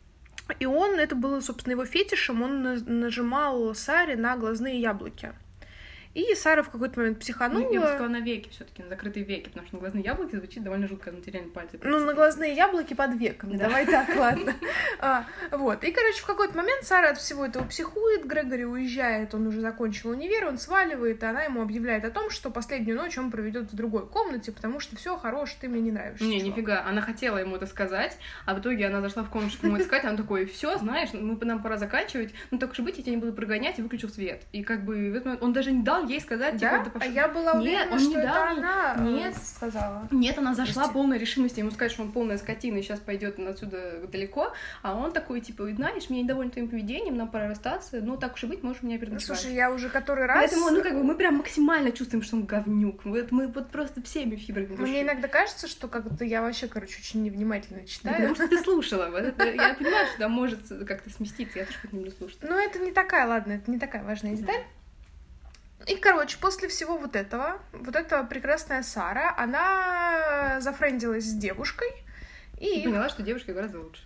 И это было, собственно, его фетишем, он нажимал Саре на глазные яблоки. И Сара в какой-то момент психанула. Ну, я бы сказала, на веки все-таки, на закрытые веки, потому что на глазные яблоки звучит довольно жутко, на теряем пальцы. Ну, на глазные яблоки под веками, да. Давай так, ладно. Вот, и, короче, в какой-то момент Сара от всего этого психует, Грегори уезжает, он уже закончил универ, он сваливает, и она ему объявляет о том, что последнюю ночь он проведет в другой комнате, потому что все хорош, ты мне не нравишься. Не, нифига, она хотела ему это сказать, а в итоге она зашла в комнату, чтобы ему это сказать, она такой: все, знаешь, нам пора заканчивать, ну так уж и быть, я тебя не буду прогонять, и выключил свет. И как бы в этот момент он даже не дал ей сказать, да? типа, А я была уверена, он что не дал это она нет. сказала. Нет, она зашла полной решимости ему сказать, что он полная скотина и сейчас пойдет отсюда далеко, а он такой, типа: знаешь, меня недоволен твоим поведением, нам пора расстаться, ну так уж и быть, можешь меня переночевать. Слушай, я уже который раз... Поэтому, ну как бы мы прям максимально чувствуем, что он говнюк, мы вот просто всеми фибрами души. Мне иногда кажется, что как-то я вообще, короче, очень невнимательно читаю. Да, потому что ты слушала, я понимаю, что там может как-то сместиться, я тоже не люблю слушать. Ну это не такая, ладно, это не такая важная деталь. И, короче, после всего вот этого прекрасная Сара, она зафрендилась с девушкой. И поняла, что девушка гораздо лучше.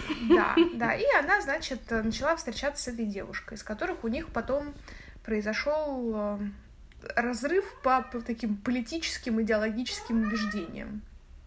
Да, и она, значит, начала встречаться с этой девушкой, с которых у них потом произошел разрыв по таким политическим, идеологическим убеждениям.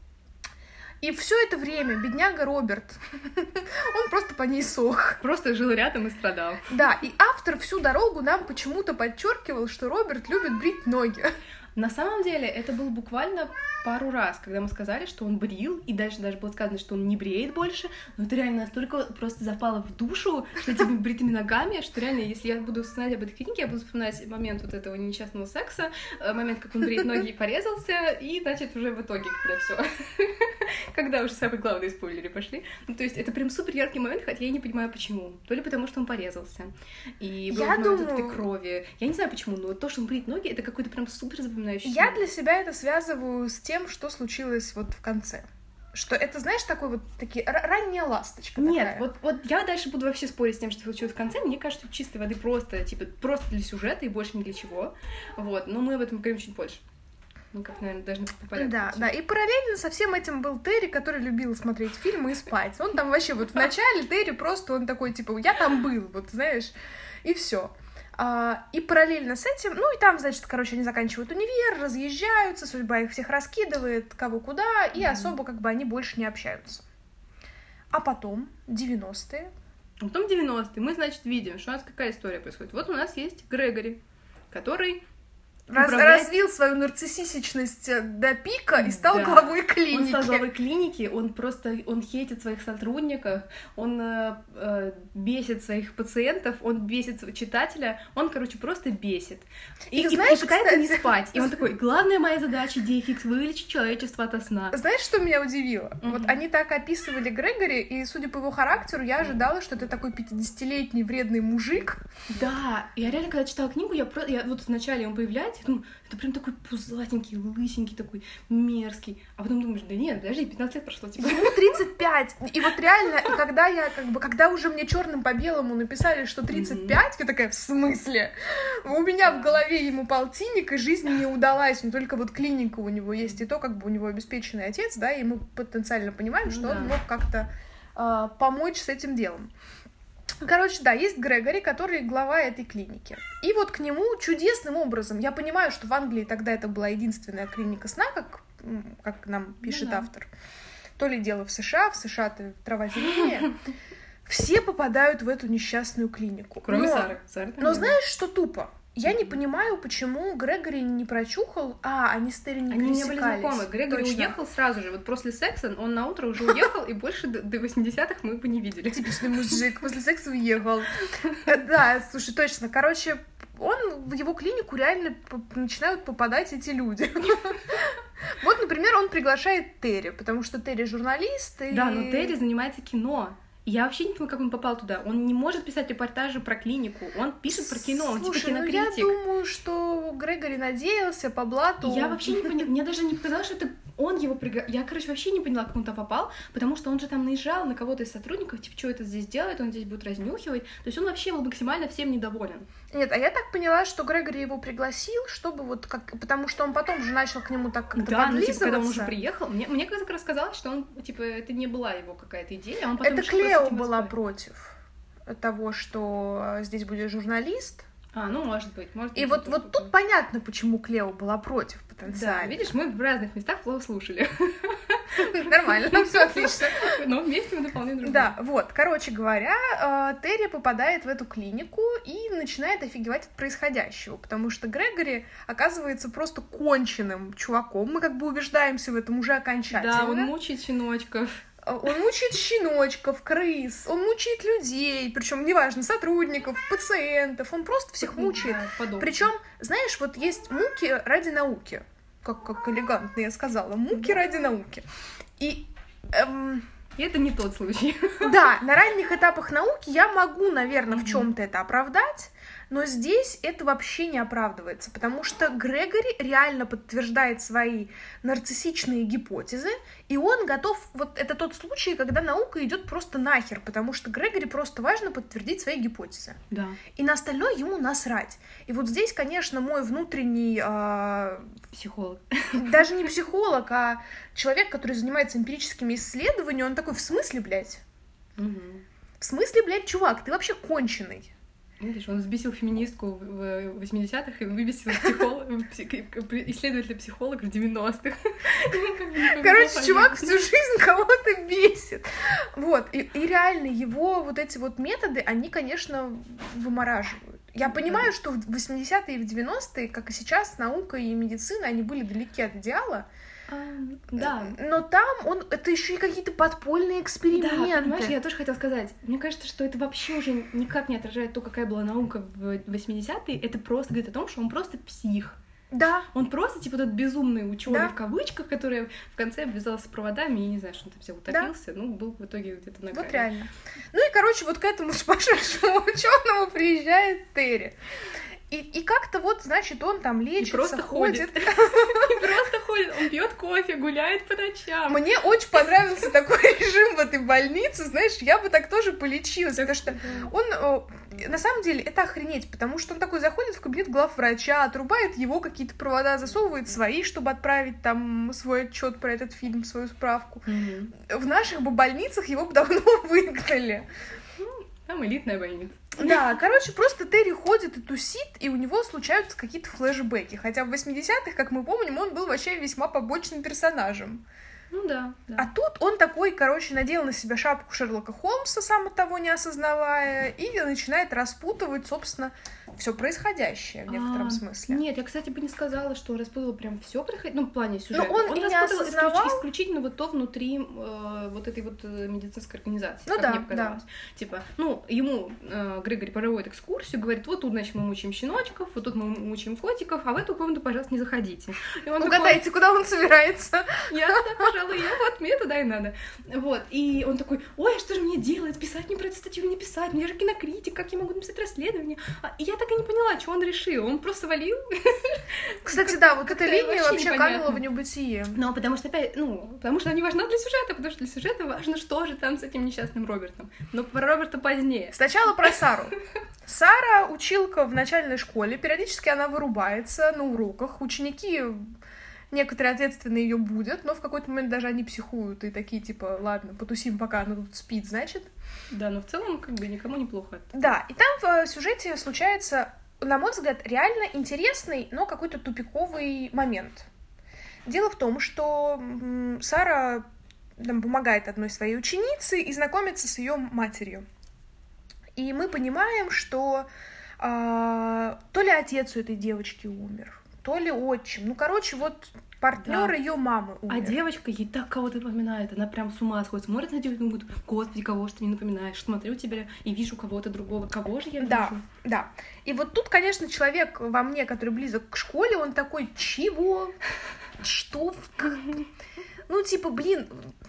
И все это время бедняга Роберт, он просто по ней сох. Просто жил рядом и страдал. Да, и автор всю дорогу нам почему-то подчеркивал, что Роберт любит брить ноги. На самом деле, это было буквально пару раз, когда мы сказали, что он брил, и дальше даже было сказано, что он не бреет больше, но это реально настолько просто запало в душу, что этими бритыми ногами, что реально, если я буду вспоминать об этой книге, я буду вспоминать момент вот этого несчастного секса, момент, как он бреет ноги и порезался, и, значит, уже в итоге, когда все, когда уже самые главные спойлеры пошли. Ну, то есть это прям супер яркий момент, хотя я не понимаю, почему. То ли потому, что он порезался, и был момент этой крови. Я не знаю, почему, но то, что он бреет ноги, это какой-то прям супер запоминающийся. Я для себя это связываю с тем, что случилось вот в конце. Что это, знаешь, такой вот ранняя ласточка. Нет, вот я дальше буду вообще спорить с тем, что случилось в конце. Мне кажется, чистой воды просто для сюжета и больше ни для чего. Вот, но мы об этом говорим чуть позже. Ну, как, наверное, должны по порядку. Да, и параллельно со всем этим был Терри, который любил смотреть фильмы и спать. Он там вообще вот в начале Терри просто, он такой, типа, я там был, вот, знаешь, и все. И параллельно с этим, ну и там, значит, короче, они заканчивают универ, разъезжаются, судьба их всех раскидывает, кого куда, и особо как бы они больше не общаются. А потом 90-е. Потом 90-е. Мы, значит, видим, что у нас какая история происходит. Вот у нас есть Грегори, который развил свою нарциссичность до пика и стал главой клиники. Он стал главой клиники, он хейтит своих сотрудников, он бесит своих пациентов, он бесит читателя, он, короче, просто бесит. И знаешь, пытается не спать. И он такой: главная моя задача, идея-фикс, вылечить человечество ото сна. Знаешь, что меня удивило? Вот они так описывали Грегори, и, судя по его характеру, я ожидала, что это такой 50-летний вредный мужик. Да, я реально, когда читала книгу, я вот вначале он появляется, я думаю, это прям такой пузатенький, лысенький, такой мерзкий. А потом думаешь: да нет, подожди, 15 лет прошло, типа. Ему 35. И вот реально, когда уже мне черным по белому написали, что 35, я такая: в смысле? У меня в голове ему полтинник, и жизнь не удалась, но только вот клиника у него есть, и то, как бы у него обеспеченный отец, да, и мы потенциально понимаем, что он мог как-то помочь с этим делом. Короче, да, есть Грегори, который глава этой клиники. И вот к нему чудесным образом, я понимаю, что в Англии тогда это была единственная клиника сна, как нам пишет автор. То ли дело в США-то трава зеленее. Все попадают в эту несчастную клинику. Кроме Сары. Но знаешь, что тупо? Я не понимаю, почему Грегори не прочухал. Они с Терри не пересекались. Они не были знакомы. Грегори уехал сразу же. Вот после секса он на утро уже уехал, и больше до 80-х мы его не видели. Типичный мужик. После секса уехал. Да, слушай, точно. Короче, в его клинику реально начинают попадать эти люди. Вот, например, он приглашает Терри, потому что Терри журналист. Да, но Терри занимается кино. Я вообще не понимаю, как он попал туда. Он не может писать репортажи про клинику. Он пишет про кино, он типа кинокритик. Я думаю, что Грегори надеялся по блату. Я вообще не поняла. Мне даже не показалось, что это он его пригласил. Я, вообще не поняла, как он туда попал, потому что он же там наезжал на кого-то из сотрудников, типа, что это здесь делает, он здесь будет разнюхивать. То есть он вообще был максимально всем недоволен. Нет, а я так поняла, что Грегори его пригласил, чтобы вот как... Потому что он потом уже начал к нему так как-то подлизываться. Да, типа, когда он уже приехал. Мне как раз казалось, что он, типа, это не была его какая-то идея. Он потом это Клео была против того, что здесь будет журналист. Ну, может быть. И вот тут понятно, почему Клео была против потенциально. Да, видишь, мы в разных местах плохо слушали. Нормально, ну все отлично. Но вместе мы дополняем друг друга. Да, вот, короче говоря, Терри попадает в эту клинику и начинает офигевать от происходящего, потому что Грегори оказывается просто конченным чуваком. Мы как бы убеждаемся в этом уже окончательно. Да, он мучает щеночков. Он мучает щеночков, крыс, он мучает людей, причем неважно, сотрудников, пациентов, он просто всех мучает. Да, причем, знаешь, вот есть муки ради науки, как элегантно я сказала, муки ради науки. И это не тот случай. Да, на ранних этапах науки я могу, наверное, в чем-то это оправдать, но здесь это вообще не оправдывается, потому что Грегори реально подтверждает свои нарциссичные гипотезы, и он готов... Вот это тот случай, когда наука идет просто нахер, потому что Грегори просто важно подтвердить свои гипотезы. Да. И на остальное ему насрать. И вот здесь, конечно, мой внутренний... Психолог. Даже не психолог, а человек, который занимается эмпирическими исследованиями, он такой: в смысле, блядь? В смысле, блядь, чувак, ты вообще конченый. Видишь, он взбесил феминистку в 80-х и выбесил исследователя-психолога в 90-х. Короче, чувак всю жизнь кого-то бесит. Вот, и реально его вот эти вот методы, они, конечно, вымораживают. Я понимаю, что в 80-е и в 90-е, как и сейчас, наука и медицина, они были далеки от идеала. Да. Но там это еще и какие-то подпольные эксперименты. Да, понимаешь, я тоже хотела сказать. Мне кажется, что это вообще уже никак не отражает то, какая была наука в 80-е. Это просто говорит о том, что он просто псих. Да. Он просто, типа, тот безумный ученый в кавычках, который в конце обвязался проводами и, не знаю, что он там все утопился, был в итоге где-то на грани. Вот реально. Ну и, короче, вот к этому сумасшедшему ученому приезжает Терри. И как-то вот, значит, он там лечится, и просто ходит. Он пьет кофе, гуляет по ночам. Мне очень понравился такой режим в этой больнице, знаешь, я бы так тоже полечилась, потому что он, на самом деле, это охренеть, потому что он такой заходит в кабинет главврача, отрубает его какие-то провода, засовывает свои, чтобы отправить там свой отчет про этот фильм, свою справку. В наших бы больницах его бы давно выгнали. Там элитная больница. Да, короче, просто Терри ходит и тусит, и у него случаются какие-то флешбеки. Хотя в 80-х, как мы помним, он был вообще весьма побочным персонажем. Ну да. А тут он такой, короче, надел на себя шапку Шерлока Холмса, сам того не осознавая, и начинает распутывать, собственно, все происходящее в некотором смысле. Нет, я, кстати, бы не сказала, что распутал прям все происходящее, ну, в плане сюжета. Но он и не осознавал исключительно вот то внутри вот этой вот медицинской организации, ну, как да, мне показалось. Да. Типа, ну, ему Грегори проводит экскурсию, говорит, вот тут, значит, мы мучаем щеночков, вот тут мы мучаем котиков, а в эту комнату, пожалуйста, не заходите. И он угадайте, куда он собирается? Да, пожалуй, вот, мне туда и надо. Вот, и он такой, ой, а что же мне делать? Писать мне про эту статью, не писать? Мне же кинокритик, как я могу написать расследование? И я так и не поняла, что он решил. Он просто валил. Кстати, да, вот эта линия вообще канула в небытие. Ну, потому что опять, потому что она не важна для сюжета, потому что для сюжета важно, что же там с этим несчастным Робертом. Но про Роберта позднее. Сначала про Сару. Сара училка в начальной школе, периодически она вырубается на уроках, ученики некоторые ответственные ее будут, но в какой-то момент даже они психуют и такие, типа, ладно, потусим, пока она тут спит, значит. Да, но в целом, как бы, никому неплохо. Да, и там в сюжете случается, на мой взгляд, реально интересный, но какой-то тупиковый момент. Дело в том, что Сара там помогает одной своей ученице и знакомится с ее матерью. И мы понимаем, что то ли отец у этой девочки умер, то ли отчим. Ну, короче, вот партнер ее мамы умер. А девочка ей так кого-то напоминает, она прям с ума сходит, смотрит на девочку и говорит, господи, кого же ты мне напоминаешь, смотрю тебя и вижу кого-то другого, кого же я вижу? Да, да. И вот тут, конечно, человек во мне, который близок к школе, он такой, чего? Что? Ну, типа, блин.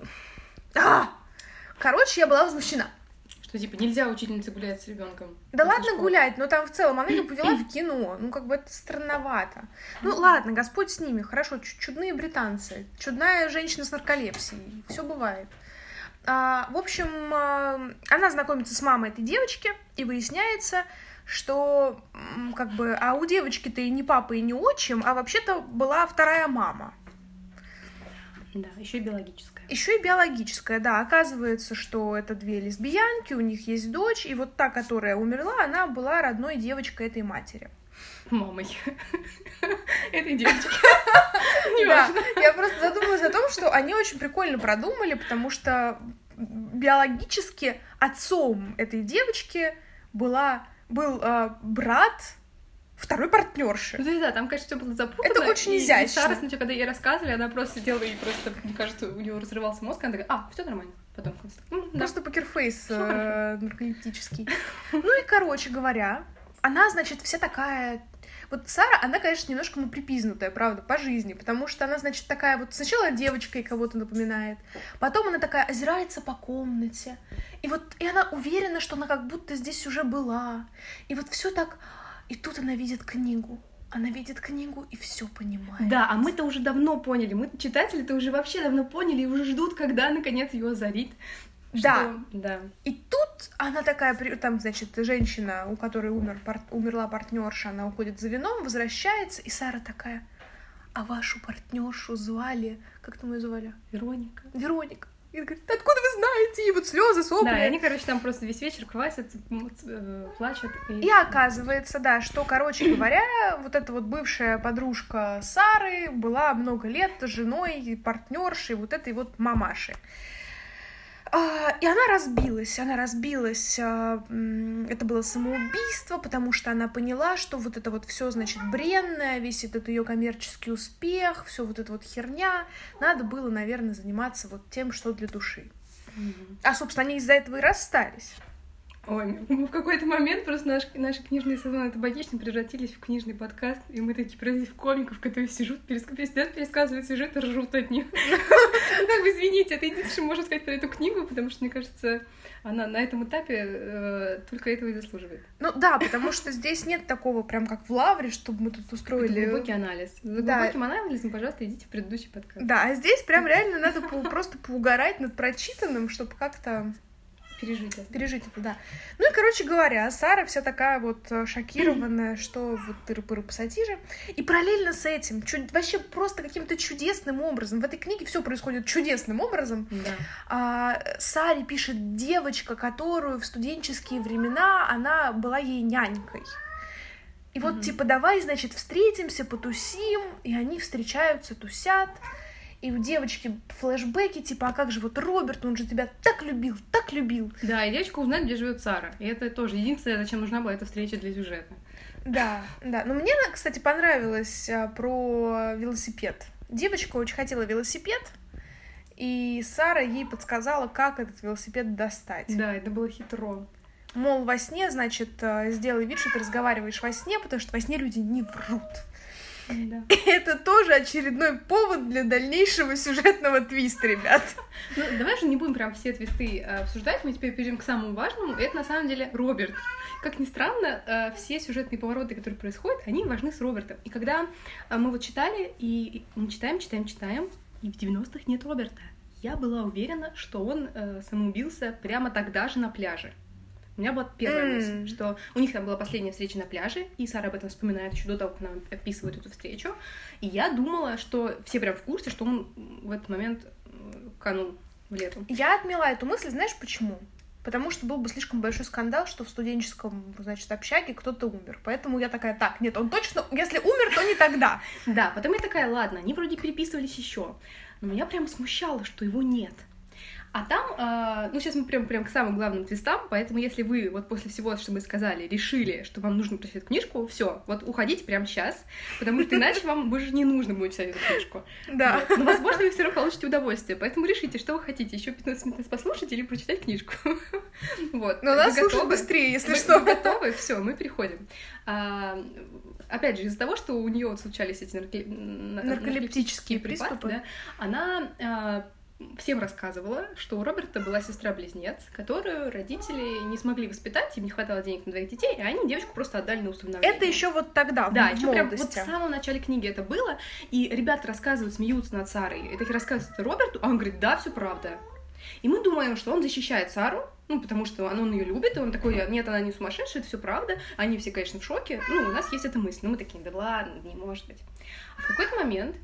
Короче, я была возмущена. Что, типа, нельзя учительнице гулять с ребенком? Да ладно школы. Гулять, но там в целом она ее повела в кино. Ну, как бы это странновато. Ну, ладно, Господь с ними, хорошо, чудные британцы, чудная женщина с нарколепсией, все бывает. В общем, она знакомится с мамой этой девочки, и выясняется, что, как бы, а у девочки-то и не папа, и не отчим, а вообще-то была вторая мама. Да, еще и биологическая. Еще и биологическая, да. Оказывается, что это две лесбиянки, у них есть дочь, и вот та, которая умерла, она была родной девочкой этой матери. Мамой этой девочки. Да, я просто задумалась о том, что они очень прикольно продумали, потому что биологически отцом этой девочки был брат второй партнерши. Ну да, там, конечно, все было запутано. Это очень изящно. Сара, сначала, когда ей рассказывали, она просто сидела и просто, мне кажется, у нее разрывался мозг, она такая, все нормально. Потом просто покерфейс наркотический. Ну и, короче говоря, она, значит, вся такая... Вот Сара, она, конечно, немножко припизнутая, правда, по жизни, потому что она, значит, такая вот сначала девочкой кого-то напоминает, потом она такая озирается по комнате, и она уверена, что она как будто здесь уже была, и вот все так... И тут она видит книгу. Она видит книгу и все понимает. Да, а мы-то уже давно поняли. Мы, читатели-то, уже вообще давно поняли и уже ждут, когда, наконец, ее озарит. Да. Да. И тут она такая, там, значит, женщина, у которой умерла партнерша, она уходит за вином, возвращается, и Сара такая, а вашу партнершу звали... Как там ее звали? Вероника. И говорит, откуда вы знаете? И вот слезы, сопли. Да, и они, короче, там просто весь вечер квасят, плачут. И оказывается, да, что, короче говоря, вот эта вот бывшая подружка Сары была много лет женой, партнершей вот этой вот мамаши. И она разбилась, это было самоубийство, потому что она поняла, что вот это вот все, значит, бренное, весь этот ее коммерческий успех, все вот эта вот херня, надо было, наверное, заниматься вот тем, что для души. А, собственно, они из-за этого и расстались. Ой, мы в какой-то момент просто наши книжные сезоны «Это богично» превратились в книжный подкаст, и мы такие превратились в комиков, которые сидят, пересказывают сюжет и ржут от них. Как бы, извините, это единственное, что можно сказать про эту книгу, потому что, мне кажется, она на этом этапе только этого и заслуживает. Ну да, потому что здесь нет такого прям как в Лавре, чтобы мы тут устроили... Это глубокий анализ. За глубоким анализом, пожалуйста, идите в предыдущий подкаст. Да, а здесь прям реально надо просто поугарать над прочитанным, чтобы как-то... Пережить это, да. Ну и, короче говоря, Сара вся такая вот шокированная, что вот тыры-пыры пассатижи. И параллельно с этим, вообще просто каким-то чудесным образом, в этой книге все происходит чудесным образом. Да. Саре пишет девочка, которую в студенческие времена она была ей нянькой. И вот, типа, давай, значит, встретимся, потусим, и они встречаются, тусят. и у девочки флешбеки, типа, а как же вот Роберт, он же тебя так любил, так любил. Да, и девочка узнает, где живет Сара. И это тоже единственное, зачем нужна была эта встреча для сюжета. Да, да. Но мне, кстати, понравилось про велосипед. Девочка очень хотела велосипед, и Сара ей подсказала, как этот велосипед достать. Да, это было хитро. Мол, во сне, значит, сделай вид, что ты разговариваешь во сне, потому что во сне люди не врут. Да. Это тоже очередной повод для дальнейшего сюжетного твиста, ребят. Ну, давай же не будем прям все твисты обсуждать, мы теперь перейдем к самому важному. Это, на самом деле, Роберт. Как ни странно, все сюжетные повороты, которые происходят, они важны с Робертом. И когда мы вот читали, и мы читаем, и в 90-х нет Роберта, я была уверена, что он самоубился прямо тогда же на пляже. У меня была первая мысль, что у них там была последняя встреча на пляже, и Сара об этом вспоминает еще до того, как нам описывают эту встречу. И я думала, что все прям в курсе, что он в этот момент канул в лету. Я отмела эту мысль, знаешь почему? Потому что был бы слишком большой скандал, что в студенческом, значит, общаге кто-то умер. Поэтому я такая, так, нет, он точно, если умер, то не тогда. Да, потом я такая, ладно, они вроде переписывались еще, но меня прям смущало, что его нет. А там, ну, сейчас мы прям к самым главным твистам, поэтому если вы вот после всего, что мы сказали, решили, что вам нужно прочитать книжку, все, вот уходите прямо сейчас, потому что иначе вам больше не нужно будет читать эту книжку. Да. Вот. Но, возможно, вы все равно получите удовольствие, поэтому решите, что вы хотите, еще 15 минут послушать или прочитать книжку. Вот. Но нас слушать быстрее, если что. Вы готовы? Все, мы переходим. Опять же, из-за того, что у нее случались эти нарколептические приступы, да, она всем рассказывала, что у Роберта была сестра-близнец, которую родители не смогли воспитать, им не хватало денег на 2 детей, и они девочку просто отдали на усыновление. Это еще вот тогда, да, в еще прям молодости. вот в самом начале книги это было, и ребята рассказывают, смеются над Сарой, и такие рассказывают это Роберту, а он говорит, да, все правда. И мы думаем, что он защищает Сару, ну, потому что он ее любит, и он такой, нет, она не сумасшедшая, это все правда. Они все, конечно, в шоке. Ну, у нас есть эта мысль. Ну, мы такие, да ладно, не может быть. А в какой-то момент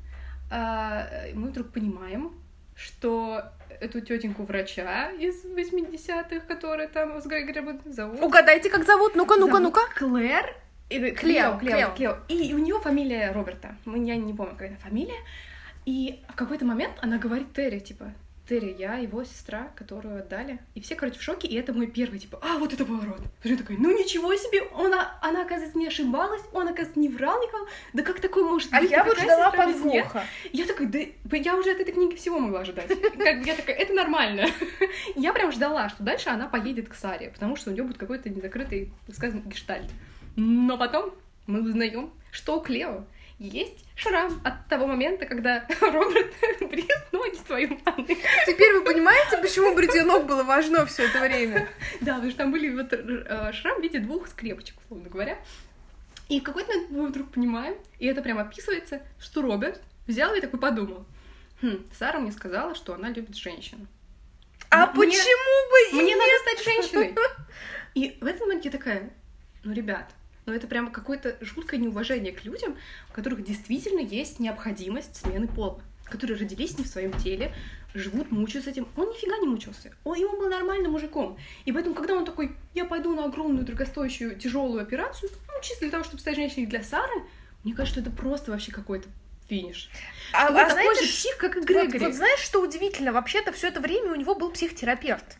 мы вдруг понимаем, что эту тетеньку врача из 80-х, которая там с Грегори зовут... Угадайте, как зовут? Ну-ка. Клэр. Клео. И у нее фамилия Роберта. Я не помню, какая это фамилия. И в какой-то момент она говорит Терри, типа, Терри, я его сестра, которую отдали. И все, короче, в шоке, и это мой первый, типа, вот это поворот. Я такая, ну ничего себе, она, оказывается, не ошибалась, он, оказывается, не врал никому. Да как такое может быть? А я вот ждала подвоха. Я такая, да я уже от этой книги всего могла ожидать. Я такая, это нормально. Я прям ждала, что дальше она поедет к Саре, потому что у нее будет какой-то незакрытый, так сказать, гештальт. Но потом мы узнаем, что у Клео есть шрам от того момента, когда Роберт брил ноги в твою ванной. Теперь вы понимаете, почему бритье ног было важно все это время? Да, потому что там были вот шрам в виде 2 скрепочек, условно говоря. И в какой-то момент мы вдруг понимаем, и это прям описывается, что Роберт взял и такой подумал, Сара мне сказала, что она любит женщин. А почему бы и мне надо стать женщиной. И в этот момент я такая, ну, ребят, но это прямо какое-то жуткое неуважение к людям, у которых действительно есть необходимость смены пола, которые родились не в своем теле, живут, мучаются этим. Он нифига не мучился. Ему был нормальным мужиком. И поэтому, когда он такой, я пойду на огромную, дорогостоящую, тяжелую операцию, чисто для того, чтобы стать женщиной для Сары, мне кажется, что это просто вообще какой-то финиш. А такой знаете, же псих, как и Грегори. Вот знаешь, что удивительно? Вообще-то все это время у него был психотерапевт.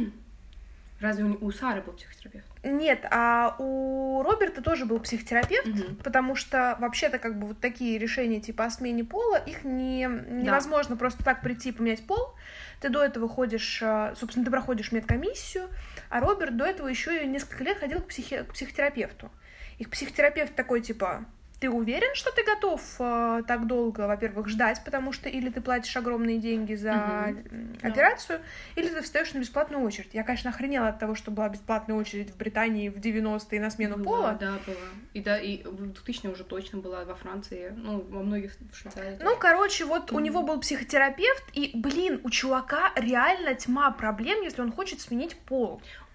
Разве у Сары был психотерапевт? Нет, а у Роберта тоже был психотерапевт, потому что вообще-то как бы вот такие решения типа о смене пола, их невозможно просто так прийти и поменять пол. Ты до этого ходишь, собственно, ты проходишь медкомиссию, а Роберт до этого еще и несколько лет ходил к психотерапевту. И психотерапевт такой типа, ты уверен, что ты готов так долго, во-первых, ждать, потому что или ты платишь огромные деньги за операцию, или ты встаешь на бесплатную очередь. Я, конечно, охренела от того, что была бесплатная очередь в Британии в 90-е на смену пола. Да, была. И в 2000-е уже точно была во Франции, ну, во многих в Швейцарии. Ну, короче, вот у него был психотерапевт, и, блин, у чувака реально тьма проблем, если он хочет сменить пол.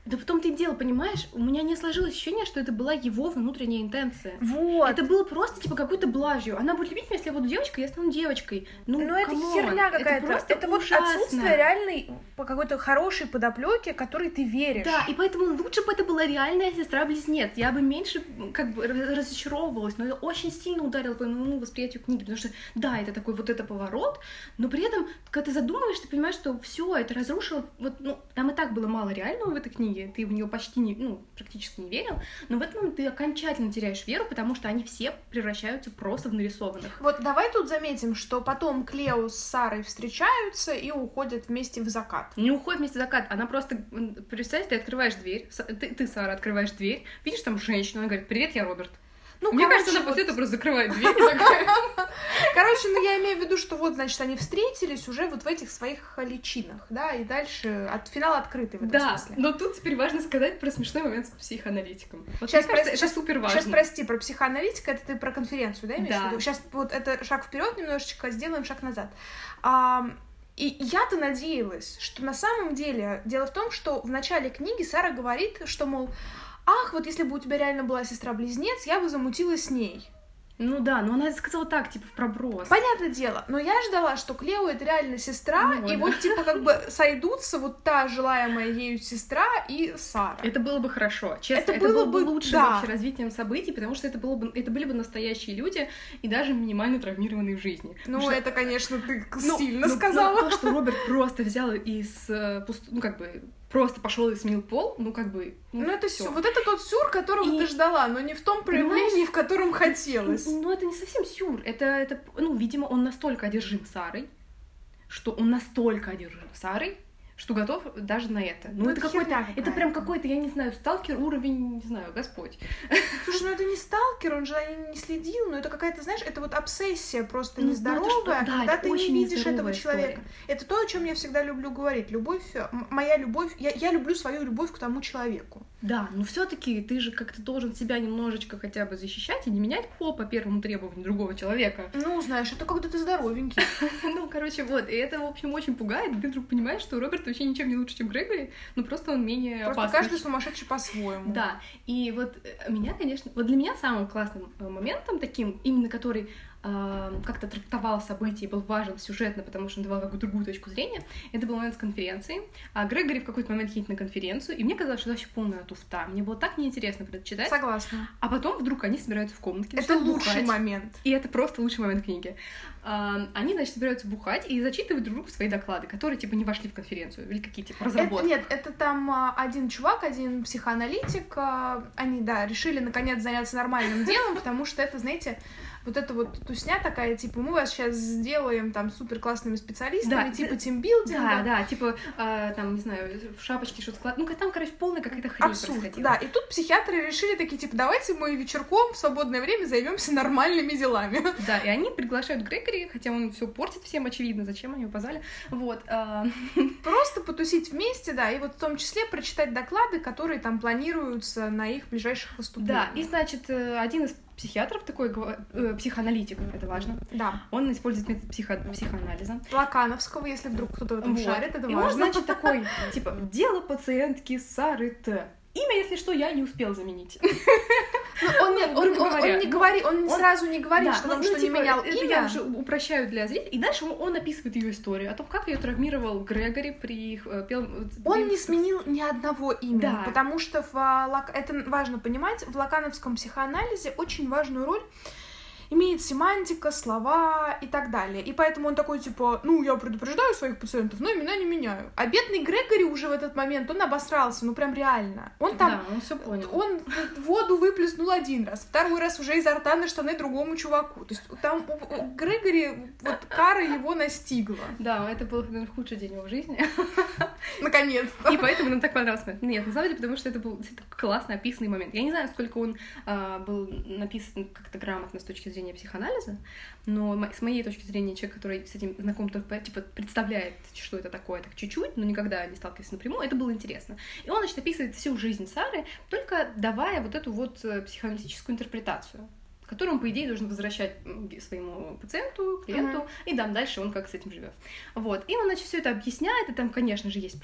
Да потом ты дело, понимаешь, у меня не сложилось ощущение, что это была его внутренняя интенция. Вот. Это было просто, типа, какой-то блажью. Она будет любить меня, если я буду девочкой, я стану девочкой. Ну это херня какая-то. Это вот отсутствие реальной какой-то хорошей подоплеки, которой ты веришь. Да, и поэтому лучше бы это была реальная сестра-близнец. Я бы меньше, как бы, разочаровывалась, но это очень сильно ударило по моему восприятию книги, потому что, да, это такой вот это поворот, но при этом, когда ты задумываешь, ты понимаешь, что все это разрушило, вот, ну, там и так было мало реального в этой книге, ты в нее почти не, ну, практически не верил, но в этот момент ты окончательно теряешь веру, потому что они все превращаются просто в нарисованных. Вот давай тут заметим, что потом Клео с Сарой встречаются и уходят вместе в закат. Не уходит вместе в закат, она просто, представь, ты открываешь дверь, ты, Сара, открываешь дверь, видишь там женщину, она говорит: «Привет, я Роберт». Ну, мне кажется, она после этого просто закрывает дверь. Короче, ну я имею в виду, что вот, значит, они встретились уже вот в этих своих личинах, да, и дальше финал открытый в этом смысле. Да, но тут теперь важно сказать про смешной момент с психоаналитиком. Вот это супер важно. Сейчас, прости, про психоаналитика, это ты про конференцию, да, имеешь в виду? Сейчас вот это шаг вперед немножечко, сделаем шаг назад. И я-то надеялась, что на самом деле дело в том, что в начале книги Сара говорит, что, мол, ах, вот если бы у тебя реально была сестра-близнец, я бы замутила с ней. Ну да, но она это сказала так, типа, в проброс. Понятное дело, но я ждала, что Клео — это реально сестра, и вот, типа, как бы сойдутся вот та желаемая ею сестра и Сара. Это было бы хорошо. Честно, это было бы лучшим вообще развитием событий, потому что это были бы настоящие люди и даже минимально травмированные в жизни. Ну, это, конечно, ты сильно сказала. То, что Роберт просто взял ну, как бы, просто пошел и сменил пол, ну, как бы... Ну, это всё. Вот это тот сюр, которого ты ждала, но не в том проявлении, в котором хотелось. Ну, это не совсем сюр. Это, ну, видимо, он настолько одержим Сарой, что готов даже на это. Ну, это какой-то... Это прям какой-то, я не знаю, сталкер уровень, не знаю, Господь. Слушай, ну это не сталкер, он же не следил, но это какая-то, знаешь, это вот обсессия просто нездоровая, когда ты не видишь этого человека. Это то, о чем я всегда люблю говорить. Любовь, моя любовь, я люблю свою любовь к тому человеку. Да, но все-таки ты же как-то должен себя немножечко хотя бы защищать и не менять пол по первому требованию другого человека. Ну, знаешь, это когда ты здоровенький. Ну, короче, вот, и это, в общем, очень пугает, и ты вдруг понимаешь, что Роберт вообще ничем не лучше, чем Грегори, но просто он менее опасный. Просто каждый сумасшедший по-своему. Да, и вот меня, конечно, вот для меня самым классным моментом таким, именно который как-то трактовал события и был важен сюжетно, потому что он давал какую-то другую точку зрения, это был момент с конференции. А Грегори в какой-то момент едет на конференцию, и мне казалось, что это вообще полная туфта. Мне было так неинтересно про это читать. Согласна. А потом вдруг они собираются в комнатке. Это лучший момент. И это просто лучший момент книги. Они, значит, собираются бухать и зачитывают друг другу свои доклады, которые, типа, не вошли в конференцию, или какие-то разработки. Нет, это там один чувак, один психоаналитик, они, да, решили, наконец, заняться нормальным делом, потому что это, знаете, вот эта вот тусня такая, типа, мы вас сейчас сделаем там супер классными специалистами, да, типа тимбилдинга. Да, типа, там, не знаю, в шапочке что-то складывать. Ну, там, короче, полная какая-то хрень происходила. Да, и тут психиатры решили такие, типа, давайте мы вечерком в свободное время займемся нормальными делами. Да, и они приглашают Грегори, хотя он все портит всем, очевидно, зачем они его позвали. Вот. Просто потусить вместе, да, и вот в том числе прочитать доклады, которые там планируются на их ближайших выступлениях. Да, и, значит, один из психиатров такой, психоаналитик, это важно. Да. Он использует метод психоанализа. Лакановского, если вдруг кто-то в этом шарит, это и важно. Он, значит, такой, типа, дело пациентки Сары Т. Имя, если что, я не успел заменить. Он сразу не говорит, что он не менял имя. Я уже упрощаю для зрителей. И дальше он описывает ее историю о том, как ее травмировал Грегори при... Он не сменил ни одного имени, потому что это важно понимать, в лакановском психоанализе очень важную роль имеет семантика, слова и так далее. И поэтому он такой, типа, ну, я предупреждаю своих пациентов, но имена не меняю. А бедный Грегори уже в этот момент, он обосрался, ну, прям реально. Он там... Да, он все понял. Он воду выплеснул один раз, второй раз уже изо рта на штаны другому чуваку. То есть там у Грегори вот кара его настигла. Да, это был, наверное, худший день его в жизни. Наконец-то. И поэтому нам так понравился. Нет, на самом деле, потому что это был классно описанный момент. Я не знаю, сколько он был написан как-то грамотно с точки зрения психоанализа, но с моей точки зрения человек, который с этим знаком, только типа представляет, что это такое, так чуть-чуть, но никогда не сталкивался напрямую, это было интересно. И он, значит, описывает всю жизнь Сары, только давая вот эту вот психоаналитическую интерпретацию, которую он, по идее, должен возвращать своему пациенту, клиенту, и там дальше он как с этим живет. Вот. И он, значит, все это объясняет, и там, конечно же, есть про там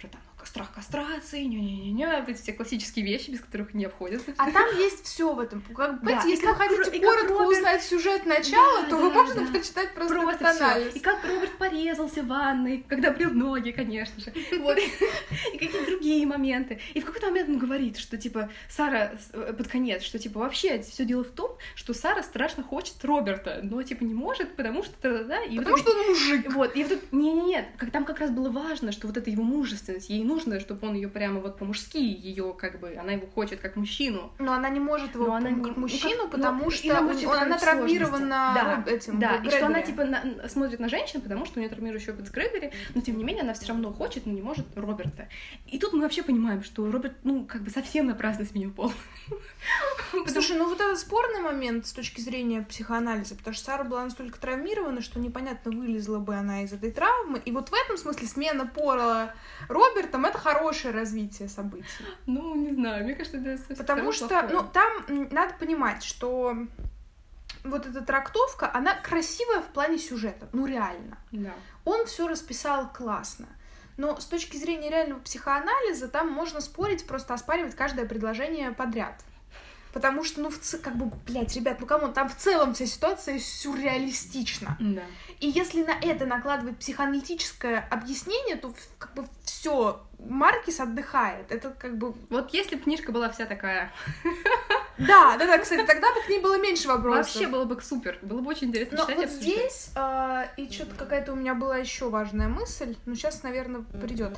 страх кастрации, не-не-не-не, эти все классические вещи, без которых не обходятся. А там есть все в этом. Понимаете, если вы хотите коротко узнать сюжет начала, то вы можете прочитать просто этот анализ. И как Роберт порезался в ванной, когда брил ноги, конечно же. Вот. И какие-то другие моменты. И в какой-то момент он говорит, что, типа, Сара под конец, что, типа, вообще все дело в том, что Сара страшно хочет Роберта, но, типа, не может, потому что... Потому что он мужик. Вот, и вот нет, там как раз было важно, что вот эта его мужественность, ей нужно, чтобы он ее прямо вот по-мужски, ее как бы, она его хочет как мужчину. Но она не может его как мужчину, потому что она травмирована этим. Да, и что она типа смотрит на женщин, потому что у нее травмирующий опыт с Грегори, но тем не менее она все равно хочет, но не может Роберта. И тут мы вообще понимаем, что Роберт, как бы совсем напрасно сменил пол. Слушай, вот это спорный момент с точки зрения психоанализа, потому что Сара была настолько травмирована, что непонятно, вылезла бы она из этой травмы. И вот в этом смысле смена пола Робертом — это хорошее развитие событий. Не знаю, мне кажется, это совсем потому что, там надо понимать, что вот эта трактовка, она красивая в плане сюжета, реально. Да. Он все расписал классно. Но с точки зрения реального психоанализа там можно спорить, просто оспаривать каждое предложение подряд. Потому что, ребят, камон, там в целом вся ситуация сюрреалистична. Да. И если на это накладывать психоаналитическое объяснение, то как бы все, Маркис отдыхает. Это как бы... Вот если бы книжка была вся такая... Да, кстати, тогда бы к ней было меньше вопросов. Вообще было бы супер, было бы очень интересно читать. Но вот здесь, и что-то какая-то у меня была еще важная мысль, сейчас, наверное, придет.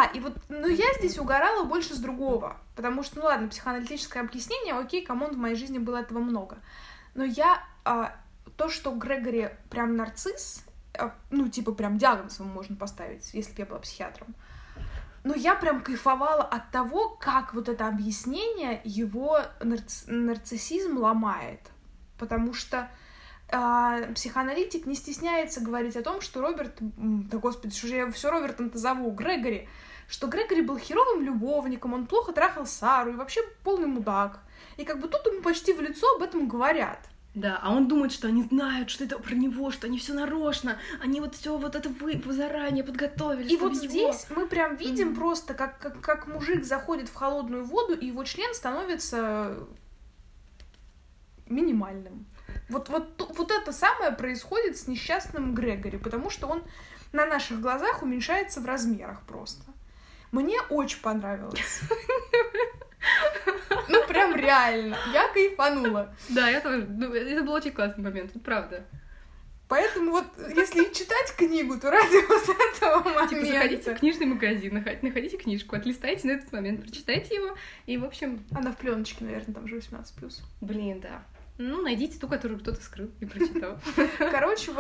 Я здесь угорала больше с другого, потому что, ладно, психоаналитическое объяснение, окей, камон, в моей жизни было этого много. Но то, что Грегори прям нарцисс, прям диагноз ему можно поставить, если бы я была психиатром, но я прям кайфовала от того, как вот это объяснение его нарциссизм ломает. Потому что психоаналитик не стесняется говорить о том, что Роберт... Да господи, что же я все Робертом-то зову? Грегори. Что Грегори был херовым любовником, он плохо трахал Сару и вообще полный мудак. И как бы тут ему почти в лицо об этом говорят. Да, а он думает, что они знают, что это про него, что они все нарочно, они вот все вот это вы заранее подготовили. И вот здесь мы прям видим просто, как мужик заходит в холодную воду, и его член становится минимальным. Вот это самое происходит с несчастным Грегори, потому что он на наших глазах уменьшается в размерах просто. Мне очень понравилось. Прям реально. Я кайфанула. Да, я тоже. Это был очень классный момент, правда. Поэтому если читать книгу, то ради вот этого момента... Заходите в книжный магазин, находите книжку, отлистайте на этот момент, прочитайте его, и, в общем... Она в пленочке, наверное, там же 18+. Блин, да. Найдите ту, которую кто-то скрыл и прочитал. Короче,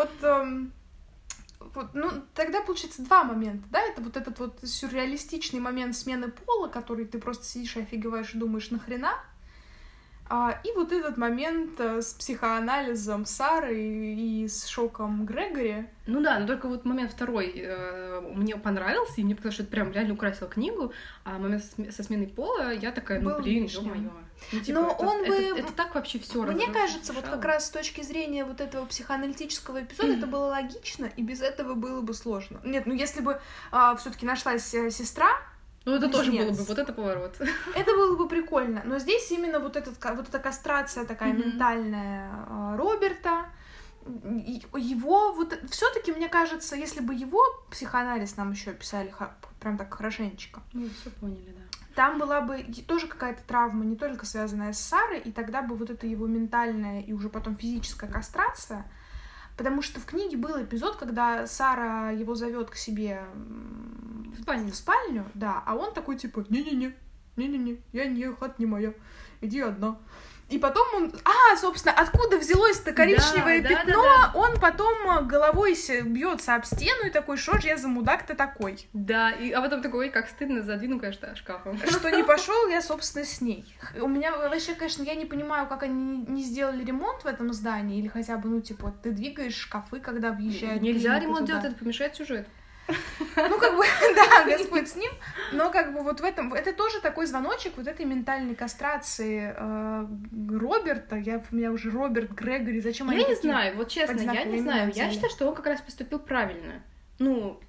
тогда получается два момента, да, это вот этот вот сюрреалистичный момент смены пола, который ты просто сидишь и офигеваешь и думаешь, нахрена, и вот этот момент с психоанализом Сары и с шоком Грегори. Но только вот момент второй мне понравился, и мне показалось, что это прям реально украсило книгу, а момент со сменой пола, я такая, ё-моё. Это так вообще все. Мне кажется, вот как раз с точки зрения вот этого психоаналитического эпизода это было логично, и без этого было бы сложно. Нет, если бы все-таки нашлась сестра, это тоже было бы, вот это поворот. Это было бы прикольно, но здесь именно вот эта кастрация такая ментальная Роберта, его все-таки, мне кажется, если бы его психоанализ нам еще описали прям так хорошенечко. Все поняли, да. Там была бы тоже какая-то травма, не только связанная с Сарой, и тогда бы вот это его ментальная и уже потом физическая кастрация, потому что в книге был эпизод, когда Сара его зовет к себе в спальню, да, а он такой типа, не-не-не, я хата не моя, иди одна. И потом он... собственно, откуда взялось-то коричневое пятно, да. Он потом головой бьется об стену и такой, что ж я за мудак-то такой? Да, а потом такой, как стыдно, задвину, конечно, шкафом. Что не пошел я, собственно, с ней. У меня вообще, конечно, я не понимаю, как они не сделали ремонт в этом здании, или хотя бы, ты двигаешь шкафы, когда въезжают. Нельзя ремонт делать, это помешает сюжет. Да, Господь с ним, но вот в этом, это тоже такой звоночек вот этой ментальной кастрации Роберта, у меня уже Роберт, Грегори, зачем они Я не знаю, вот честно, я не знаю, я считаю, что он как раз поступил правильно,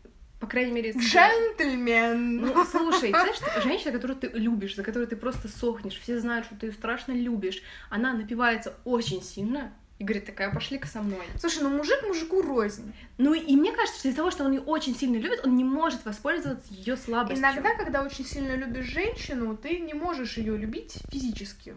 по крайней мере... Джентльмен! Ну, слушай, знаешь, женщина, которую ты любишь, за которую ты просто сохнешь, все знают, что ты ее страшно любишь, она напивается очень сильно и говорит, такая, пошли-ка со мной. Слушай, ну мужик мужику рознь. Ну и мне кажется, что из-за того, что он ее очень сильно любит, он не может воспользоваться ее слабостью. Иногда, когда очень сильно любишь женщину, ты не можешь ее любить физически.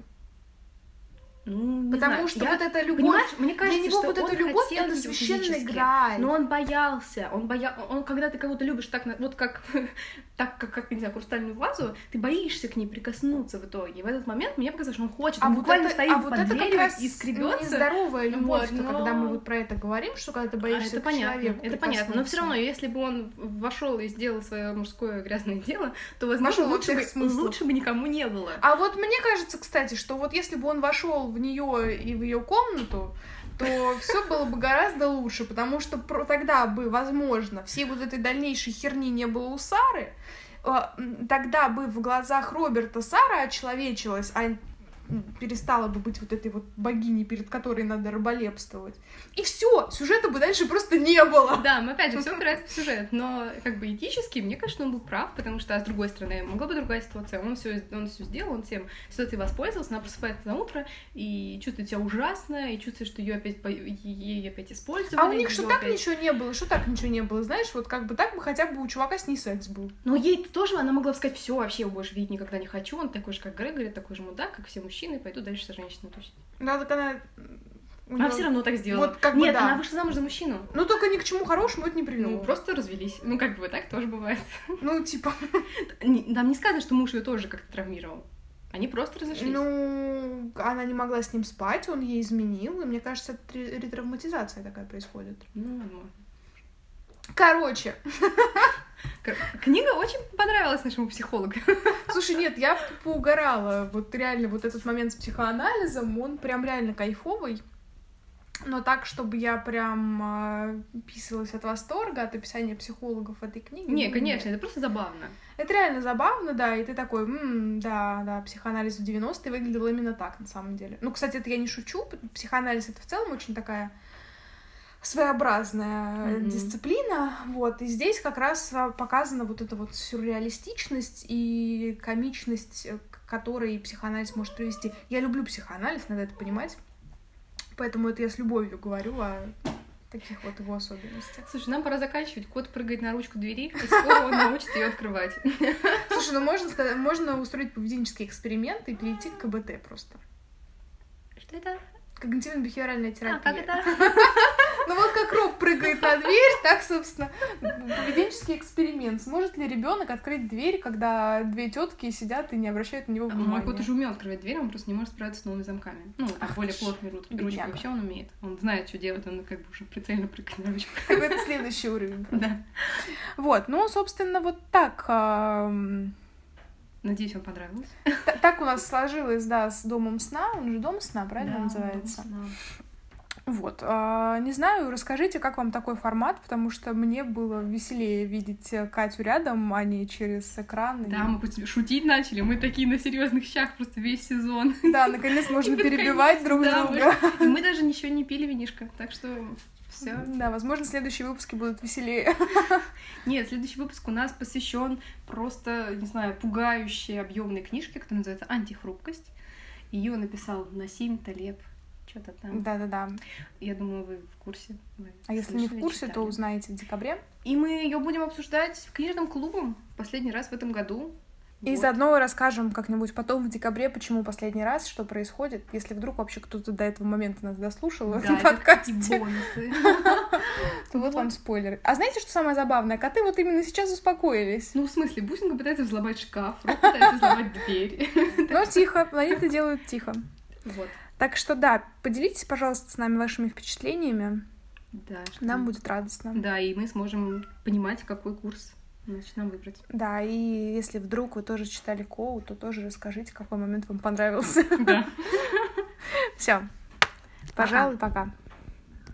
Ну, потому что вот эта любовь, понимаешь, мне кажется, для него что вот эта он любовь хотел это её священная физически, грааль. но он боялся, он когда ты кого-то любишь так, вот как, как, не знаю, хрустальную вазу, ты боишься к ней прикоснуться в итоге. И в этот момент мне показалось, что он хочет, он буквально стоит под дверью и скребется. Нездоровая любовь, вот, но... когда мы вот про это говорим, что когда ты боишься к человеку. Это понятно, но все равно, если бы он вошел и сделал свое мужское грязное дело, то, возможно, лучше бы никому не было. А вот мне кажется, кстати, что вот если бы он вошел в нее и в ее комнату, то все было бы гораздо лучше, потому что тогда бы, возможно, всей вот этой дальнейшей херни не было у Сары, тогда бы в глазах Роберта Сара очеловечилась, а перестала бы быть вот этой вот богиней, перед которой надо раболепствовать. И все, сюжета бы дальше просто не было. Да, мы опять же все упирается в сюжет, но как бы этически, мне кажется, он был прав, потому что, а с другой стороны, могла бы другая ситуация. Он все сделал, он всем ситуацией воспользовался, она просыпается на утро и чувствует себя ужасно, и чувствует, что ее опять использовали. А у них что так ничего не было, что так ничего не было, знаешь, вот как бы так бы хотя бы у чувака с ней секс был. Но ей тоже, она могла бы сказать, все, вообще его больше видеть никогда не хочу, он такой же, как Грегори, такой же мудак, как все мужчины, пойду дальше со женщиной тусить. Да, так она... Она все равно так сделала. Вот, как бы, нет, да. она вышла замуж за мужчину. Ну, только ни к чему хорошему это не привело. Ну, просто развелись. Ну, как бы так тоже бывает. Ну, типа... Там не сказано, что муж ее тоже как-то травмировал. Они просто разошлись. Ну, она не могла с ним спать, он ей изменил, и мне кажется, это ретравматизация такая происходит. Ну, возможно. Короче. Книга очень понравилась нашему психологу. Слушай, нет, я поугорала. Вот реально вот этот момент с психоанализом, он прям реально кайфовый. Но так, чтобы я прям писалась от восторга от описания психологов этой книги. Не, конечно, это просто забавно. Это реально забавно, да, и ты такой, да, психоанализ в 90-е выглядел именно так, на самом деле. Ну, кстати, это я не шучу, психоанализ — это в целом очень такая своеобразная дисциплина, вот, и здесь как раз показана вот эта вот сюрреалистичность и комичность, к которой психоанализ может привести. Я люблю психоанализ, надо это понимать, поэтому это я с любовью говорю о таких вот его особенностях. Слушай, нам пора заканчивать. Кот прыгает на ручку двери, и скоро он научится ее открывать. Слушай, ну можно устроить поведенческий эксперимент и перейти к КБТ просто. Что это? Когнитивно-бихевиоральная терапия. Как это? Ну вот как Роб прыгает на дверь, так, собственно, поведенческий эксперимент. Сможет ли ребенок открыть дверь, когда две тетки сидят и не обращают на него внимания? Мой кот уже умел открывать дверь, он просто не может справиться с новыми замками. Ну, более плотные ручки вообще он умеет. Он знает, что делать, он как бы уже прицельно прыгает на ручку. Так это следующий уровень. Да. Вот, ну, собственно, вот так... Надеюсь, вам понравилось. Так у нас сложилось, да, с Домом сна. Он же Дом сна, правильно называется? Вот. Не знаю, расскажите, как вам такой формат, потому что мне было веселее видеть Катю рядом, а не через экран. Да, мы просто шутить начали, мы такие на серьезных щах просто весь сезон. Да, наконец можно перебивать друг друга. И мы даже ничего не пили винишко, так что все. Да, возможно, следующие выпуски будут веселее. Нет, следующий выпуск у нас посвящен просто, не знаю, пугающей объемной книжке, которая называется «Антихрупкость». Ее написал Насим Талеб. Что-то там. Да. Я думаю, вы в курсе. А если не в курсе, то узнаете в декабре. И мы ее будем обсуждать в книжном клубе в последний раз в этом году. И заодно расскажем как-нибудь потом в декабре, почему последний раз, что происходит, если вдруг вообще кто-то до этого момента нас дослушал в этом подкасте. То вот вам спойлеры. А знаете, что самое забавное? Коты вот именно сейчас успокоились. Ну, в смысле, Бусинка пытается взломать шкаф, Роб пытается взломать дверь. Но тихо, они это делают тихо. Вот. Так что да, поделитесь, пожалуйста, с нами вашими впечатлениями. Да. Нам будет радостно. Да, и мы сможем понимать, какой курс нам выбрать. Да, и если вдруг вы тоже читали Коу, то тоже расскажите, какой момент вам понравился. Да. Все. Пожалуй, пока.